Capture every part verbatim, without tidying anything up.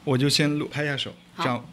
我就先录，拍一下手，这样。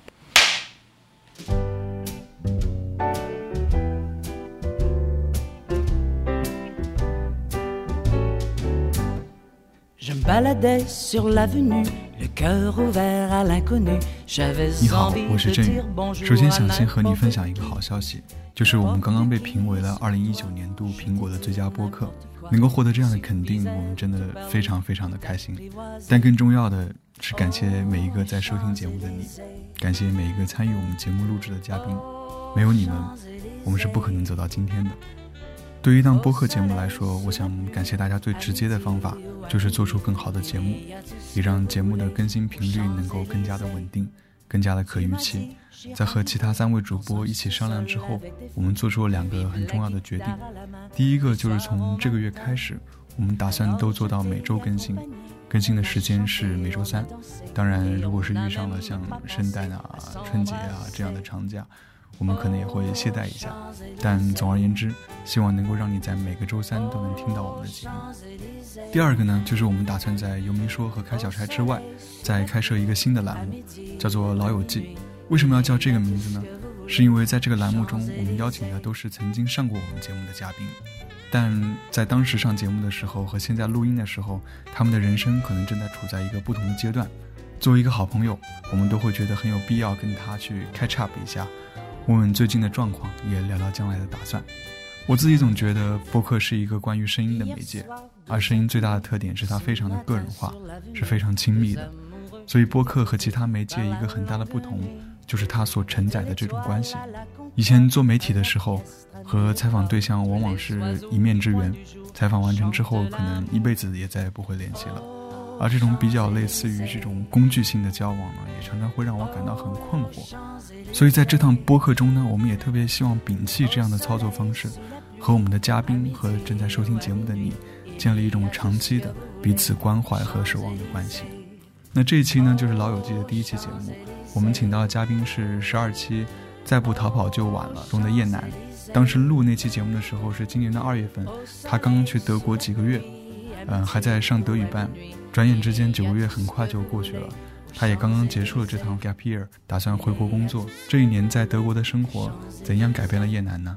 Je me baladais sur l'avenue, le cœur ouvert à l'inconnu. J'avais 你好， envie 我是 de 振 dire 宇。 bonjour 首先 à 想先和你 n'importe 分享一个好消息，就是我们刚刚被评为了二零一九年度苹果的最佳播客。能够获得这样的肯定，我们真的非常非常的开心。但更重要的是感谢每一个在收听节目的你，感谢每一个参与我们节目录制的嘉宾。没有你们，我们是不可能走到今天的。对于一档播客节目来说，我想感谢大家最直接的方法就是做出更好的节目，也让节目的更新频率能够更加的稳定，更加的可预期。在和其他三位主播一起商量之后，我们做出了两个很重要的决定。第一个就是从这个月开始，我们打算都做到每周更新，更新的时间是每周三。当然如果是遇上了像圣诞啊、春节啊这样的长假，我们可能也会懈怠一下，但总而言之，希望能够让你在每个周三都能听到我们的节目。第二个呢，就是我们打算在游民说和开小差之外，再开设一个新的栏目，叫做老友记。为什么要叫这个名字呢？是因为在这个栏目中，我们邀请的都是曾经上过我们节目的嘉宾，但在当时上节目的时候和现在录音的时候，他们的人生可能正在处在一个不同的阶段。作为一个好朋友，我们都会觉得很有必要跟他去 catch up 一下，问问最近的状况，也聊聊将来的打算。我自己总觉得播客是一个关于声音的媒介，而声音最大的特点是它非常的个人化，是非常亲密的。所以播客和其他媒介一个很大的不同，就是它所承载的这种关系。以前做媒体的时候，和采访对象往往是一面之缘，采访完成之后可能一辈子也再也不会联系了。而这种比较类似于这种工具性的交往呢，也常常会让我感到很困惑。所以在这趟播客中呢，我们也特别希望摒弃这样的操作方式，和我们的嘉宾和正在收听节目的你建立一种长期的彼此关怀和守望的关系。那这一期呢，就是老友记的第一期节目，我们请到的嘉宾是十二期再不逃跑就晚了中的燕南。当时录那期节目的时候是今年的二月份，他刚刚去德国几个月，嗯、呃，还在上德语班，转眼之间九个月很快就过去了。他也刚刚结束了这趟 gap year， 打算回国工作。这一年在德国的生活怎样改变了燕南呢？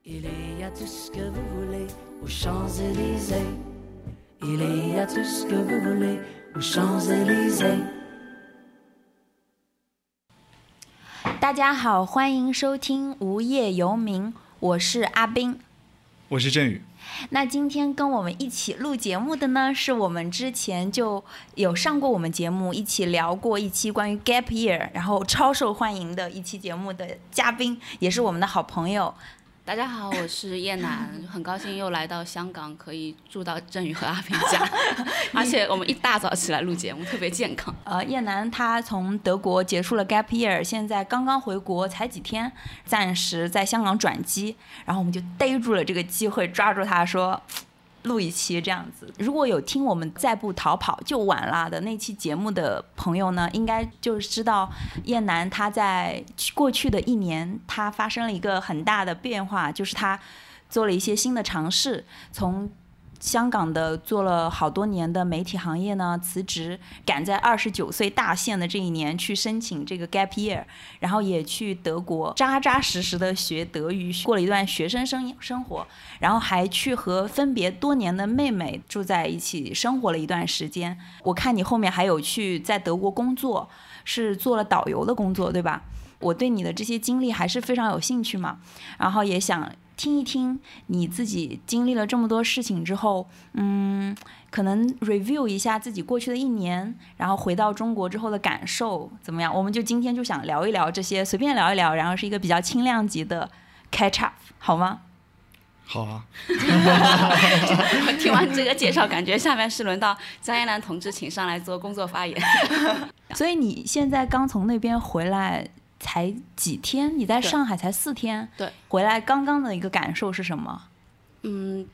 大家好，欢迎收听无业游民，我是阿斌， 我是振宇。 那今天跟我们一起录节目的呢，是我们之前就有上过我们节目一起聊过一期关于 gap year， 然后超受欢迎的一期节目的嘉宾，也是我们的好朋友。 大家好，我是燕南，很高兴又来到香港，可以住到振宇和阿平家，而且我们一大早起来录节目，特别健康。 呃，燕南他从德国结束了 gap year， 现在刚刚回国才几天，暂时在香港转机，然后我们就逮住了这个机会，抓住他说录一期这样子。如果有听我们再不逃跑就晚了的那期节目的朋友呢，应该就知道燕南他在过去的一年他发生了一个很大的变化，就是他做了一些新的尝试，从香港的做了好多年的媒体行业呢辞职，赶在二十九岁大限的这一年去申请这个 gap year， 然后也去德国扎扎实实的学德语，过了一段学生生生活，然后还去和分别多年的妹妹住在一起生活了一段时间。我看你后面还有去在德国工作，是做了导游的工作对吧？我对你的这些经历还是非常有兴趣嘛，然后也想听一听你自己经历了这么多事情之后，嗯，可能 review 一下自己过去的一年，然后回到中国之后的感受怎么样？我们就今天就想聊一聊这些，随便聊一聊，然后是一个比较轻量级的 catch up， 好吗？ 好啊。 听完这个介绍，感觉下面是轮到张燕南同志请上来做工作发言。 所以你现在刚从那边回来才几天？你在上海才四天， 对， 回来刚刚的一个感受是什么？ 嗯，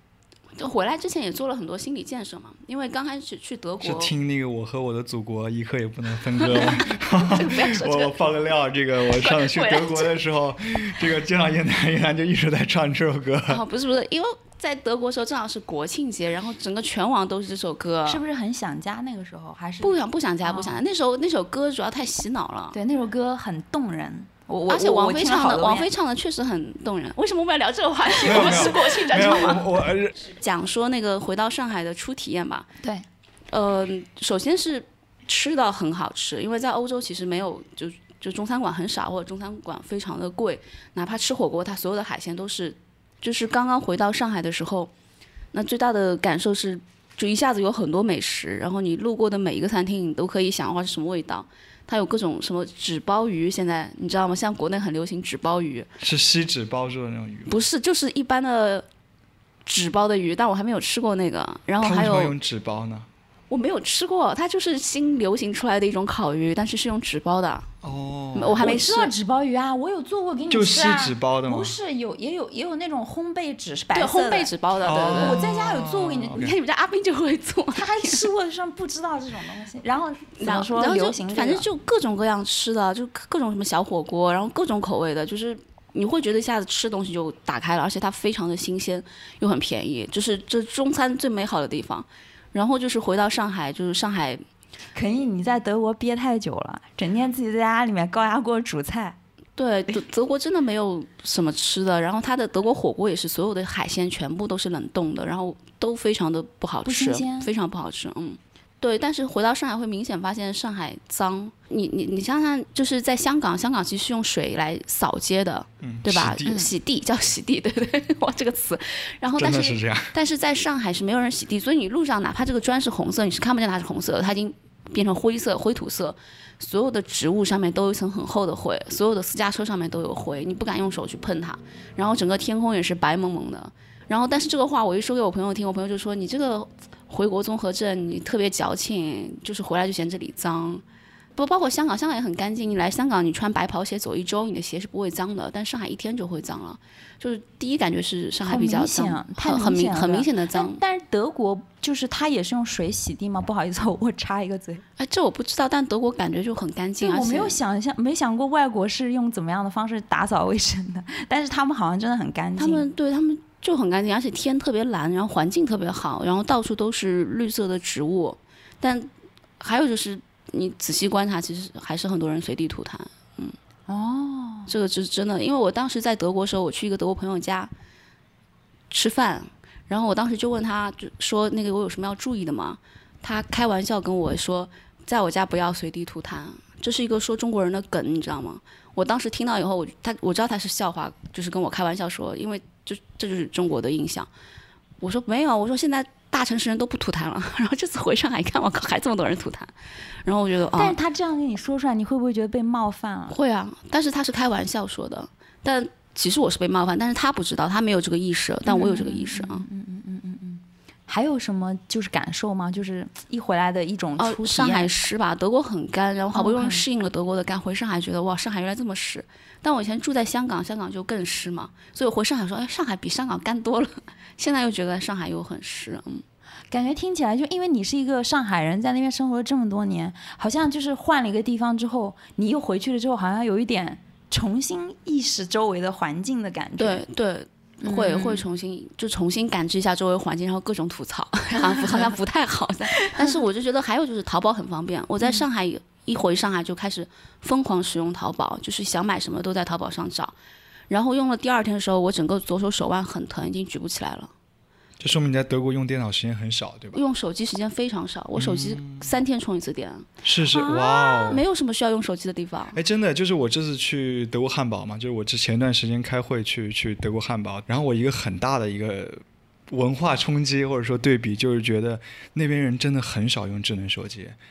就回来之前也做了很多心理建设嘛，因为刚开始去德国是听那个我和我的祖国一刻也不能分割吗？ 这个不要说这个我爆个料，这个我上次去德国的时候，这个见到叶楠，叶楠就一直在唱这首歌。 哦，不是不是，因为在德国的时候正好是国庆节，然后整个全网都是这首歌， 是不是很想家？那个时候还是不想不想家哦不想家，那时候那首歌主要太洗脑了。 对，那首歌很动人。我我而且王菲唱的，王菲菲唱的确实很动人。为什么我们要聊这个话题？ 没有我们是国庆专场吗？ 我我讲说那个回到上海的初体验吧。 对， 呃，首先是吃的很好吃，因为在欧洲其实没有就就中餐馆很少，或者中餐馆非常的贵，哪怕吃火锅，它所有的海鲜都是，就是刚刚回到上海的时候，那最大的感受是，就一下子有很多美食，然后你路过的每一个餐厅，你都可以想哇是什么味道。它有各种什么纸包鱼，现在你知道吗？像国内很流行纸包鱼， 是锡纸包住的那种鱼吗？ 不是，就是一般的纸包的鱼，但我还没有吃过那个。然后还有它为什么用纸包呢？ 我没有吃过，它就是新流行出来的一种烤鱼，但是是用纸包的。 哦， 我还没吃我知道纸包鱼啊，我有做过给你就吃啊。 锡纸包的吗？ 不是，有也有也有那种烘焙纸是白对， 色的。 烘焙纸包的，对对对。 我在家有做过给你， 哦你看你们家阿斌就会做， 他还吃过，上不知道这种东西。然后怎么说然后流行这个？ 就反正就各种各样吃的，就各种什么小火锅，然后各种口味的，就是你会觉得一下子吃东西就打开了，而且它非常的新鲜，又很便宜，就是这中餐最美好的地方。然后就是回到上海，就是上海， 肯定你在德国憋太久了，整天自己在家里面高压锅煮菜。 对，德德国真的没有什么吃的，然后它的德国火锅也是所有的海鲜全部都是冷冻的，然后都非常的不好不吃新鲜， 非常不好吃，嗯。对，但是回到上海会明显发现上海脏。你你你想想，就是在香港，香港其实是用水来扫街的， 嗯、 对吧？ 洗地， 洗地叫洗地，对不对？哇，这个词。然后但是真的是这样。 但是在上海是没有人洗地，所以你路上哪怕这个砖是红色，你是看不见它是红色的，它已经变成灰色、灰土色。所有的植物上面都有一层很厚的灰，所有的私家车上面都有灰，你不敢用手去碰它。然后整个天空也是白蒙蒙的。然后但是这个话我一说给我朋友听，我朋友就说你这个回国综合症你特别矫情，就是回来就嫌这里脏。不包括香港，香港也很干净，你来香港你穿白袍鞋走一周你的鞋是不会脏的，但上海一天就会脏了。就是第一感觉是上海比较脏， 太很明显了很明显的脏。 但是德国就是它也是用水洗地吗？不好意思，我插一个嘴。 哎，这我不知道，但德国感觉就很干净。 我没有想象，没想过外国是用怎么样的方式打扫卫生的，但是他们好像真的很干净。 他们对他们就很干净，而且天特别蓝，然后环境特别好，然后到处都是绿色的植物。但还有就是你仔细观察，其实还是很多人随地吐痰。嗯， 哦， 这个是真的，因为我当时在德国的时候，我去一个德国朋友家吃饭，然后我当时就问他，就说那个我有什么要注意的吗？他开玩笑跟我说，在我家不要随地吐痰，这是一个说中国人的梗，你知道吗？我当时听到以后，我他我知道他是笑话，就是跟我开玩笑说，因为就这就是中国的印象。我说没有，我说现在大城市人都不吐痰了，然后这次回上海看，我靠，还这么多人吐痰，然后我觉得， 但是他这样跟你说出来，你会不会觉得被冒犯了？ 会啊，但是他是开玩笑说的，但其实我是被冒犯，但是他不知道，他没有这个意识，但我有这个意识啊。 嗯嗯嗯嗯嗯嗯。还有什么就是感受吗？就是一回来的一种哦， 初体验。 上海湿吧，德国很干，然后好不容易哦适应了德国的干，回上海觉得哇，上海原来这么湿。但我以前住在香港，香港就更湿嘛，所以我回上海说，哎，上海比香港干多了。现在又觉得上海又很湿，嗯。 感觉听起来就因为你是一个上海人，在那边生活了这么多年，好像就是换了一个地方之后，你又回去了之后，好像有一点重新意识周围的环境的感觉。 对对。会会重新就重新感知一下周围环境，然后各种吐槽，好像好像不太好。但是我就觉得还有就是淘宝很方便。我在上海一回上海就开始疯狂使用淘宝，就是想买什么都在淘宝上找。然后用了第二天的时候，我整个左手手腕很疼，已经举不起来了。 这说明你在德国用电脑时间很少，对吧？ 用手机时间非常少，我手机三天充一次电。 是是，哇哦， 没有什么需要用手机的地方。 哎，真的，就是我这次去德国汉堡嘛，就是我之前一段时间开会去去德国汉堡，然后我一个很大的一个文化冲击或者说对比，就是觉得那边人真的很少用智能手机。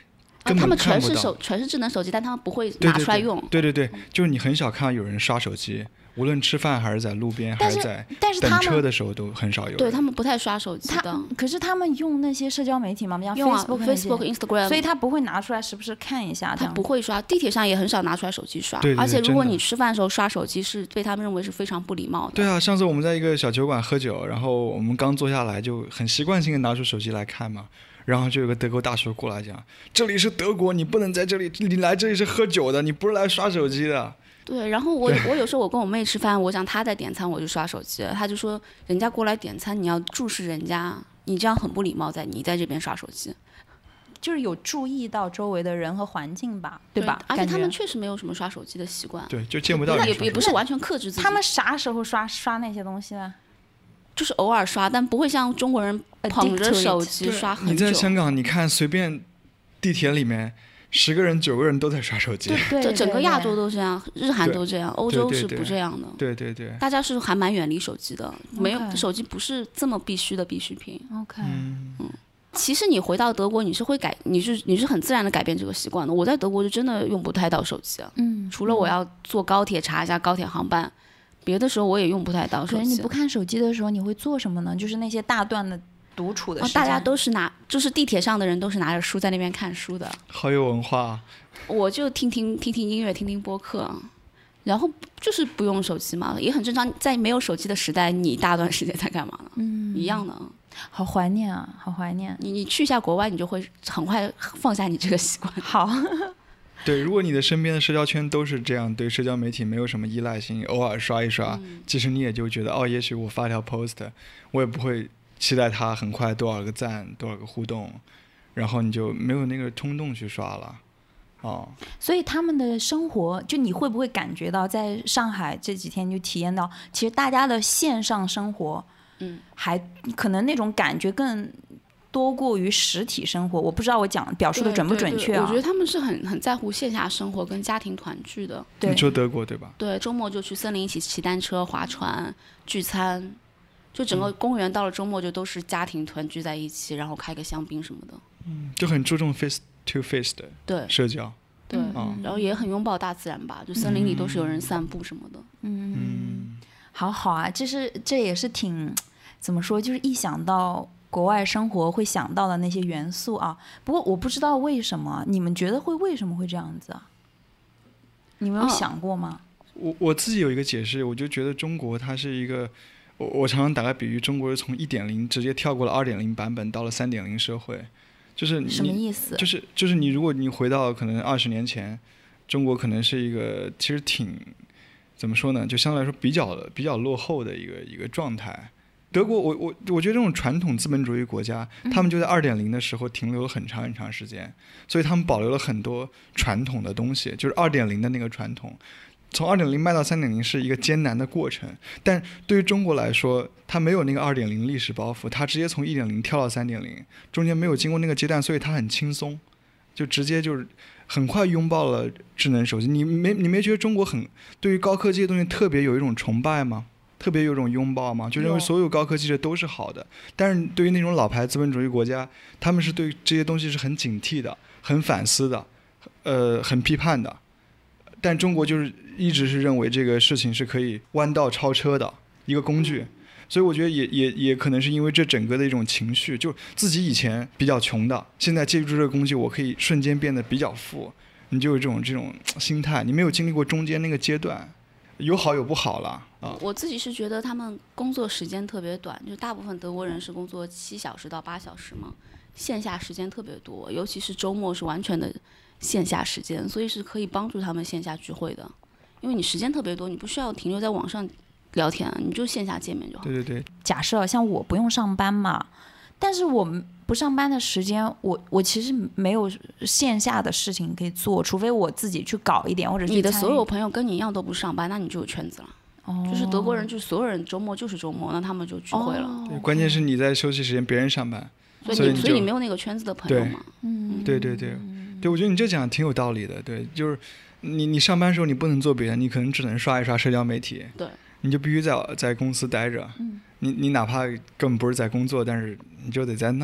根他们本看不到。 全是手全是智能手机，但他们不会对对拿出来用。 对对对，就是你很少看到有人刷手机，无论吃饭还是在路边，还但是在但是他们等车的时候都很少有人。 对他们不太刷手机他的， 可是他们用那些社交媒体嘛，像用啊 Facebook 那些 Facebook、Instagram， 所以他不会拿出来时不时看一下这他样。 不会刷，地铁上也很少拿出来手机刷。 对对对而且如果真的你吃饭的时候刷手机，是被他们认为是非常不礼貌的。 对啊，上次我们在一个小酒馆喝酒，然后我们刚坐下来就很习惯性的拿出手机来看嘛，然后就有个德国大叔过来讲，这里是德国，你不能在这里，你来这里是喝酒的，你不是来刷手机的。 对，然后我我有时候我跟我妹吃饭，我想她在点餐，我就刷手机，她就说人家过来点餐，你要注视人家，你这样很不礼貌，在你在这边刷手机。 就是有注意到周围的人和环境吧，对吧？ 而且他们感觉确实没有什么刷手机的习惯。 对，就见不到人也刷手机。 也不是完全克制自己， 他们啥时候刷刷那些东西呢？ 就是偶尔刷，但不会像中国人捧着手机刷很久。 你在香港，你看随便地铁里面十个人九个人都在刷手机。 对这整个亚洲都这样，日韩都这样，欧洲是不这样的。 对对对， 大家是还蛮远离手机的，没有 OK 手机不是这么必须的必需品。 OK， 嗯， 其实你回到德国，你是会改，你是你是很自然的改变这个习惯的。我在德国就真的用不太到手机啊， 嗯， 除了我要坐高铁查一下高铁航班，别的时候我也用不太到手机。 可是你不看手机的时候，你会做什么呢？就是那些大段的独处的时，间， 哦大家都是拿，就是地铁上的人都是拿着书在那边看书的， 好有文化。 我就听听听听音乐，听听播客，然后就是不用手机嘛，也很正常。在没有手机的时代，你大段时间在干嘛呢？ 嗯， 一样的。 好怀念啊，好怀念。 你你去一下国外，你就会很快放下你这个习惯。 好， 对，如果你的身边的社交圈都是这样，对社交媒体没有什么依赖性，偶尔刷一刷， 嗯其实你也就觉得哦，也许我发条 post，我也不会期待它很快多少个赞，多少个互动，然后你就没有那个冲动去刷了。哦， 所以他们的生活，就你会不会感觉到，在上海这几天你就体验到，其实大家的线上生活， 嗯， 还可能那种感觉更多过于实体生活。我不知道我讲表述的准不准确啊？ 对对对我觉得他们是很很在乎线下生活跟家庭团聚的。 对你说德国对吧？ 对，周末就去森林一起骑单车、划船、聚餐，就整个公园到了周末就都是家庭团聚在一起，然后开个香槟什么的。 就很注重 face to face 的对社交。 对， 嗯然后也很拥抱大自然吧，就森林里都是有人散步什么的。 嗯， 嗯， 好好啊，这是这也是挺怎么说，就是一想到国外生活会想到的那些元素啊。不过我不知道为什么，你们觉得会为什么会这样子啊？你们有哦想过吗？ 我我自己有一个解释，我就觉得中国它是一个，我我常常打个比喻，中国是从一点零直接跳过了二点零版本到了三点零社会，就是你什么意思？ 就是就是你如果你回到可能二十年前，中国可能是一个其实挺怎么说呢，就相对来说比较比较落后的一个一个状态。德国，我我我觉得这种传统资本主义国家，他们就在二点零的时候停留了很长很长时间，所以他们保留了很多传统的东西，就是二点零的那个传统。从二点零迈到三点零是一个艰难的过程，但对于中国来说，它没有那个二点零历史包袱，它直接从一点零跳到三点零，中间没有经过那个阶段，所以它很轻松，就直接就是很快拥抱了智能手机。你没你没觉得中国很对于高科技的东西特别有一种崇拜吗？特别有一种拥抱吗？就认为所有高科技的都是好的，但是对于那种老牌资本主义国家，他们是对这些东西是很警惕的、很反思的，呃，很批判的。但中国就是一直是认为这个事情是可以弯道超车的一个工具，所以我觉得也也也可能是因为这整个的一种情绪，就自己以前比较穷的，现在借助这个工具，我可以瞬间变得比较富，你就有这种这种心态，你没有经历过中间那个阶段，有好有不好了啊。 我自己是觉得他们工作时间特别短，就大部分德国人是工作七小时到八小时嘛，线下时间特别多，尤其是周末是完全的线下时间，所以是可以帮助他们线下聚会的，因为你时间特别多，你不需要停留在网上聊天，你就线下见面就好。 对对对， 假设像我不用上班嘛，但是我们不上班的时间，我我其实没有线下的事情可以做，除非我自己去搞一点，或者去你的参与所有朋友跟你一样都不上班，那你就有圈子了。 哦就是德国人，就所有人周末就是周末，那他们就聚会了。 哦对，关键是你在休息时间，别人上班， 所以你所以所以你就你没有那个圈子的朋友嘛。 嗯， 对对对，对，我觉得你这讲挺有道理的。对，就是你你上班时候你不能做别的，你可能只能刷一刷社交媒体。 对， 你就必须在在公司待着。 嗯， 你你哪怕根本不是在工作，但是你就得在那。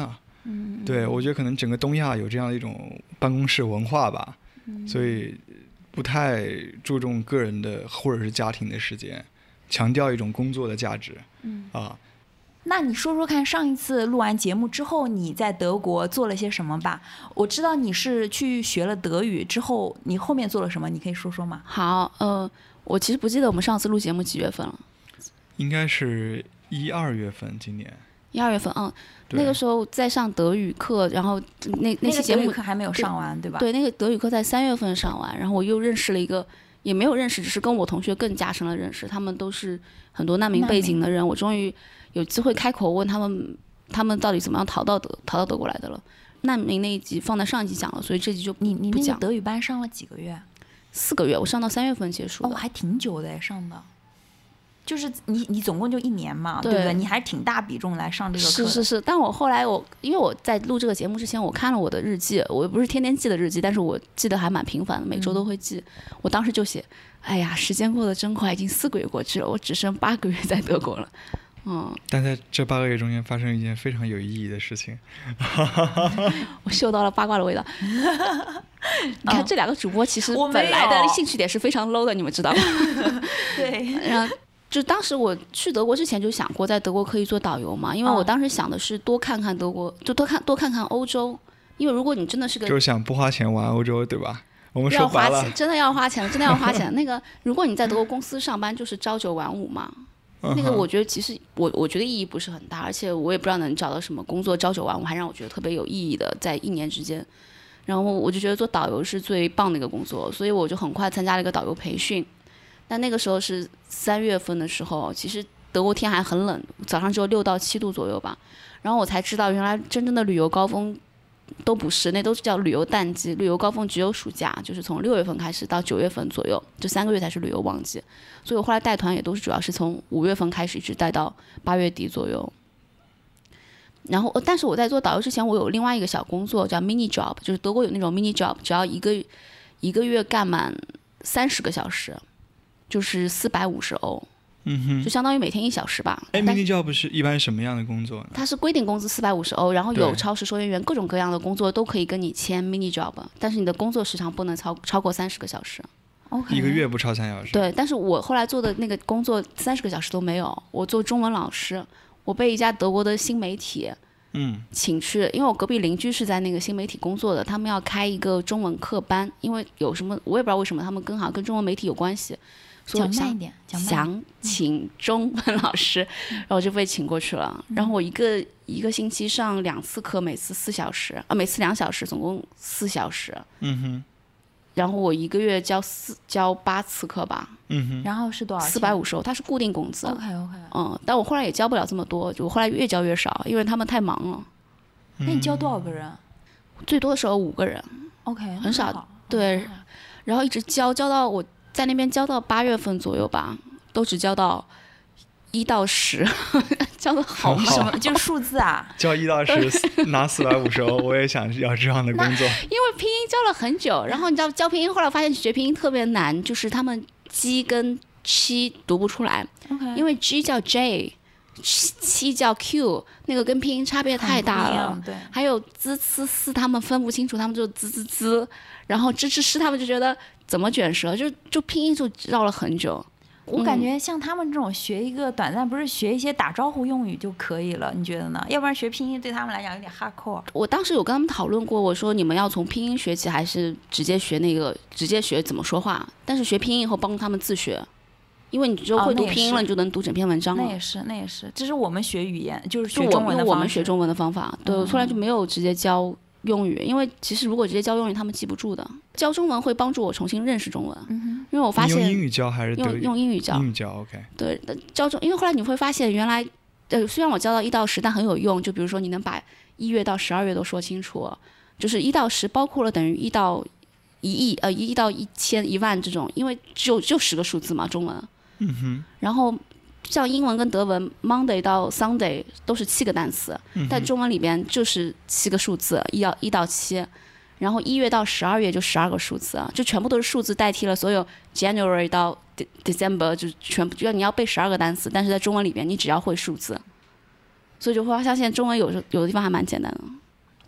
嗯， 对，我觉得可能整个东亚有这样的一种办公室文化吧， 嗯、 所以不太注重个人的或者是家庭的时间，强调一种工作的价值。 嗯啊， 那你说说看，上一次录完节目之后，你在德国做了些什么吧？我知道你是去学了德语之后，你后面做了什么？你可以说说吗？ 好，呃，我其实不记得我们上次录节目几月份了， 应该是一二月份，今年一二月份，嗯，那个时候在上德语课，然后那那期节目、 那个德语课还没有上完，对吧？ 对，那个德语课在三月份上完，然后我又认识了一个，也没有认识，只是跟我同学更加深了认识，他们都是很多难民背景的人，我终于有机会开口问他们，他们到底怎么样逃到德逃到德国来的了。难民那一集放在上一集讲了，所以这集就你你那不讲。 个德语班上了几个月？ 四个月，我上到三月份结束的。 哦，还挺久的上的。就是你你总共就一年嘛， 对, 对不对？你还挺大比重来上这个课。 是是是，但我后来我因为我在录这个节目之前，我看了我的日记，我不是天天记的日记，但是我记得还蛮频繁的，每周都会记。嗯、我当时就写，哎呀，时间过得真快，已经四个月过去了，我只剩八个月在德国了。嗯， 但在这八个月中间发生一件非常有意义的事情， 我嗅到了八卦的味道。你看这两个主播其实本本来的兴趣点是非常 low 的，你们知道吗？ 对， 然后就当时我去德国之前就想过在德国可以做导游嘛，因为我当时想的是多看看德国，就多看多看看欧洲，因为如果你真的是个就是想不花钱玩欧洲，对吧？我们说白了，真的要花钱，真的要花钱。那个如果你在德国公司上班，就是朝九晚五嘛。那个我觉得其实我我觉得意义不是很大，而且我也不知道能找到什么工作朝九晚五还让我觉得特别有意义的，在一年之间。然后我就觉得做导游是最棒的一个工作，所以我就很快参加了一个导游培训。但那个时候是三月份的时候，其实德国天还很冷，早上只有六到七度左右吧。然后我才知道，原来真正的旅游高峰都不是，那都是叫旅游淡季，旅游高峰只有暑假，就是从六月份开始到九月份左右，这三个月才是旅游旺季。所以我后来带团也都是主要是从五月份开始一直带到八月底左右。然后但是我在做导游之前，我有另外一个小工作叫 mini job， 就是德国有那种 mini job， 只要一个一个月干满三十个小时，就是四百五十欧。 嗯哼， 就相当于每天一小时吧。 哎 ，mini job 是一般什么样的工作呢？ 它是规定工资四百五十欧，然后有超市收银员，各种各样的工作都可以跟你签 mini job， 但是你的工作时长不能超超过三十个小时。 Okay. 一个月不超三小时。 对，但是我后来做的那个工作三十个小时都没有，我做中文老师，我被一家德国的新媒体嗯请去，因为我隔壁邻居是在那个新媒体工作的，他们要开一个中文课班，因为有什么我也不知道为什么他们跟好像跟中文媒体有关系。 讲慢一点，讲慢想请中文老师，嗯、然后我就被请过去了。然后我一个一个星期上两次课，每次四小时，啊，每次两小时，总共四小时。 嗯哼。 然后我一个月教四教八次课吧。 嗯哼。 然后是多少钱？ 四百五十欧，它是固定工资。 OK OK。 嗯，但我后来也教不了这么多，就我后来越教越少，因为他们太忙了。 嗯、 那你教多少个人？ 最多的时候五个人。 OK， 很少。对，然后一直教教到我。在那边教到八月份左右吧，都只教到一到十，教的好慢。 什么？就是数字啊？ 教一到十拿四百五十欧，我也想要这样的工作。 因为拼音教了很久，然后你知道教拼音，后来发现学拼音特别难，就是他们 G 跟七读不出来， okay. 因为 G 叫 J， 七叫 Q， 那个跟拼音差别太大了。 对。 还有滋呲丝，他们分不清楚，他们就滋滋滋，然后吱吱吱，他们就觉得。怎么卷舌，就就拼音就绕了很久。 我感觉像他们这种学一个短暂，不是学一些打招呼用语就可以了，你觉得呢？要不然学拼音对他们来讲有点 hardcore。 我当时有跟他们讨论过，我说你们要从拼音学起，还是直接学那个直接学怎么说话？但是学拼音以后帮他们自学，因为你只有会读拼音了， 哦、 你就能读整篇文章了。 那也是，那也是，这是我们学语言，就是学中文的方式。 我们学中文的方法，对，我后来就没有直接教。用语，因为其实如果直接教用语，他们记不住的。教中文会帮助我重新认识中文， 嗯、 因为我发现用英语教还是用用英语教， 英语教 OK。 对，教中，因为后来你会发现，原来呃，虽然我教到一到十，但很有用。就比如说，你能把一月到十二月都说清楚，就是一到十包括了等于一到一亿，呃，一到一千、一万这种，因为只有就十个数字嘛，中文。 嗯哼。 然后。像英文跟德文 Monday 到 Sunday 都是七个单词， 嗯、 但中文里边就是七个数字，一到一到七，然后一月到十二月就十二个数字，就全部都是数字代替了所有 January 到 December， 就全部就你要背十二个单词，但是在中文里边你只要会数字，所以就会发现中文有有的地方还蛮简单的。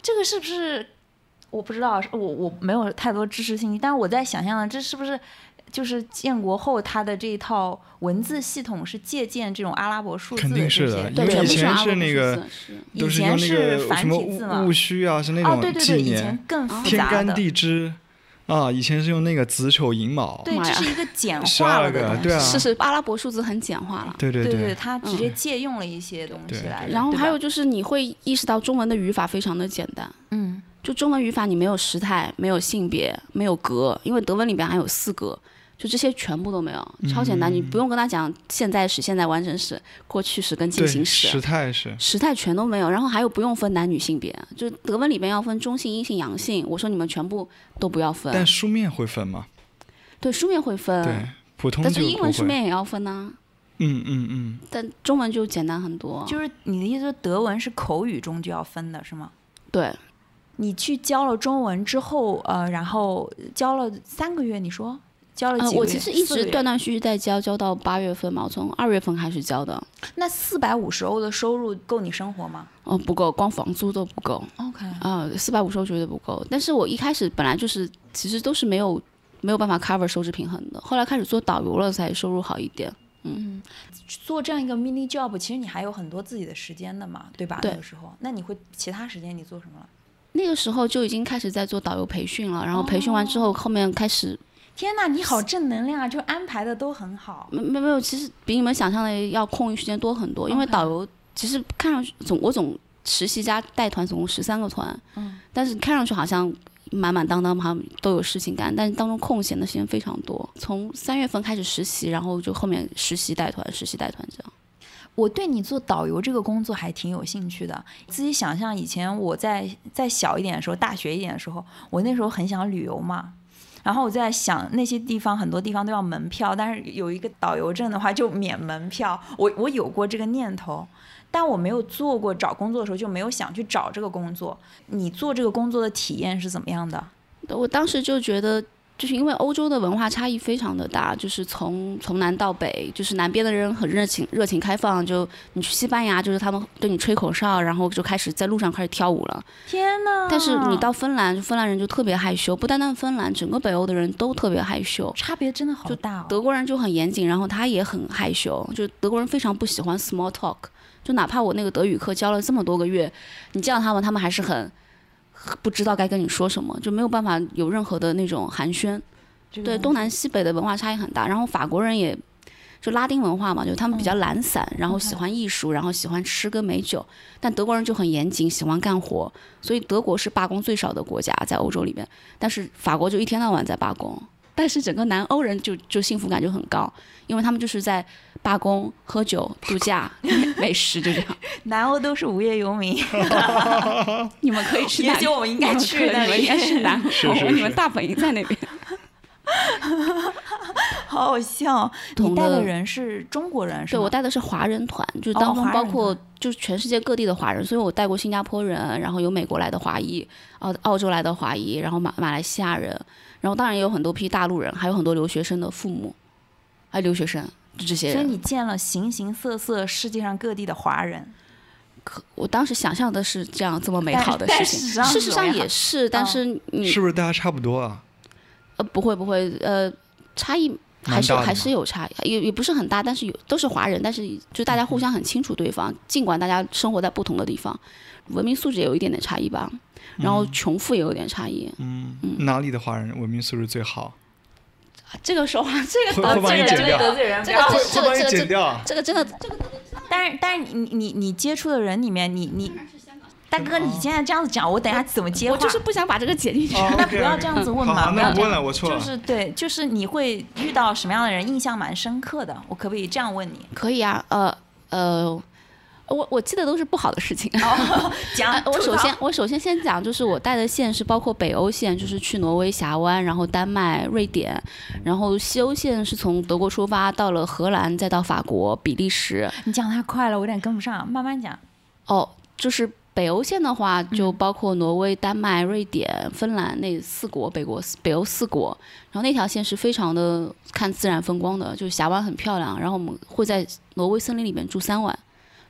这个是不是我不知道，我我没有太多知识信息，但是我在想象的这是不是就是建国后它的这一套文字系统是借鉴这种阿拉伯数字的这些？ 肯定是的，因对， 为以全部是阿拉伯前是那个数字是都是用那以前是个什么繁体字嘛戊戌啊，是那哦， 种纪对对对，以前年， 更复天干杂的。 地支啊，以前是用那个子丑寅卯， 对， 妈呀这是一个简十化二了的东西。 个对啊是是阿拉伯数字很简化了。 对对对对，它直接借用了一些东西对来的。 然后对吧还有就是你会意识到中文的语法非常的简单， 嗯， 就中文语法你没有时态，没有性别，没有格，因为德文里边还有四格，就这些全部都没有，超简单，你不用跟他讲现在时、现在完整时、过去时跟进对行时， 时态是时态全都没有，然后还有不用分男女性别，就德文里边要分中性、阴性、阳性，我说你们全部都不要分。 但书面会分吗？ 对，书面会分， 对，普通但就是不会。 英文书面也要分呐、 嗯嗯嗯， 但中文就简单很多。 就是你的意思，德文是口语中就要分的是吗？ 对， 你去教了中文之后，呃，然后教了三个月，你说教了呃， 几个月？ 我其实一直四个月断断续续在教，教到八月份嘛，我从二月份开始教的。 那四百五十欧的收入够你生活吗哦，不够，光房租都不够。 ？OK， 啊，四百五十欧绝对不够。但是我一开始本来就是，其实都是没有没有办法 cover 收支平衡的。后来开始做导游了，才收入好一点。 做这样一个 mini job，其实你还有很多自己的时间的嘛，对吧？ 对那个时候，那你会其他时间你做什么了？ 那个时候就已经开始在做导游培训了，然后培训完之后，后面开始天哪，你好正能量啊！就安排的都很好。 没没没有，其实比你们想象的要空余时间多很多。因为 OK 导游其实看上去总我总实习加带团总共十三个团， 嗯， 但是看上去好像满满当当，好像都有事情干，但是当中空闲的时间非常多。从三月份开始实习，然后就后面实习带团，实习带团这样。 我对你做导游这个工作还挺有兴趣的。自己想象以前我在再小一点的时候，大学一点的时候，我那时候很想旅游嘛。然后我在想那些地方，很多地方都要门票，但是有一个导游证的话就免门票。我我有过这个念头，但我没有做过。找工作的时候就没有想去找这个工作。你做这个工作的体验是怎么样的？ 我当时就觉得，就是因为欧洲的文化差异非常的大，就是从从南到北，就是南边的人很热情、热情开放，就你去西班牙，就是他们对你吹口哨，然后就开始在路上开始跳舞了。 天哪！ 但是你到芬兰，芬兰人就特别害羞，不单单芬兰，整个北欧的人都特别害羞。 差别真的好大哦。 德国人就很严谨，然后他也很害羞，就德国人非常不喜欢 small talk， 就哪怕我那个德语课教了这么多个月，你见到他们，他们还是很不知道该跟你说什么，就没有办法有任何的那种寒暄。对，东南西北的文化差异很大，然后法国人也就拉丁文化嘛，就他们比较懒散，然后喜欢艺术，然后喜欢吃跟美酒，但德国人就很严谨，喜欢干活，所以德国是罢工最少的国家在欧洲里面，但是法国就一天到晚在罢工，但是整个南欧人就就幸福感就很高，因为他们就是在罢工、喝酒、度假、美食，就这样。 南欧都是无业游民。 你们可以去南， 也许我们应该去那里你们应该是南欧， 是是是你们大本营在那边。 好好笑！ 同的你带的人是中国人是吗？ 对，我带的是华人团，就是当中哦华人包括团就是全世界各地的华人，所以我带过新加坡人，然后有美国来的华裔，澳澳洲来的华裔，然后马马来西亚人，然后当然也有很多批大陆人，还有很多留学生的父母，还有留学生，就这些人。 所以你见了形形色色世界上各地的华人。 我当时想象的是这样这么美好的但事情， 但事实上实上是怎么样也是，但是你是不是大家差不多啊？ 呃不会不会呃差异。还是蛮大的嘛还是有差异，也也不是很大，但是有都是华人，但是就大家互相很清楚对方，尽管大家生活在不同的地方，文明素质也有一点点差异吧，然后穷富也有点差异。 嗯，哪里的华人文明素质最好？ 这个说话，这个会会帮你剪掉， 得罪人， 这个会这会帮你个这个剪掉。 这个真的这个但是但是你你你接触的人里面，你你大哥，你现在这样子讲，我等一下怎么接话？ 我就是不想把这个剪进去。 哦那不要这样子问嘛， 好， 不要这样那我问了，我错了。 就是对，就是你会遇到什么样的人印象蛮深刻的？我可不可以这样问你？ 可以啊，呃呃，我我记得都是不好的事情。 哦，讲啊，我吐槽首先我首先先讲，就是我带的线是包括北欧线，就是去挪威峡湾，然后丹麦、瑞典，然后西欧线是从德国出发到了荷兰，再到法国、比利时。 你讲太快了，我有点跟不上，慢慢讲。 哦，就是北欧线的话，就包括挪威、丹麦、瑞典、芬兰那四国，北国北欧四国。然后那条线是非常的看自然风光的，就峡湾很漂亮。然后我们会在挪威森林里面住三晚，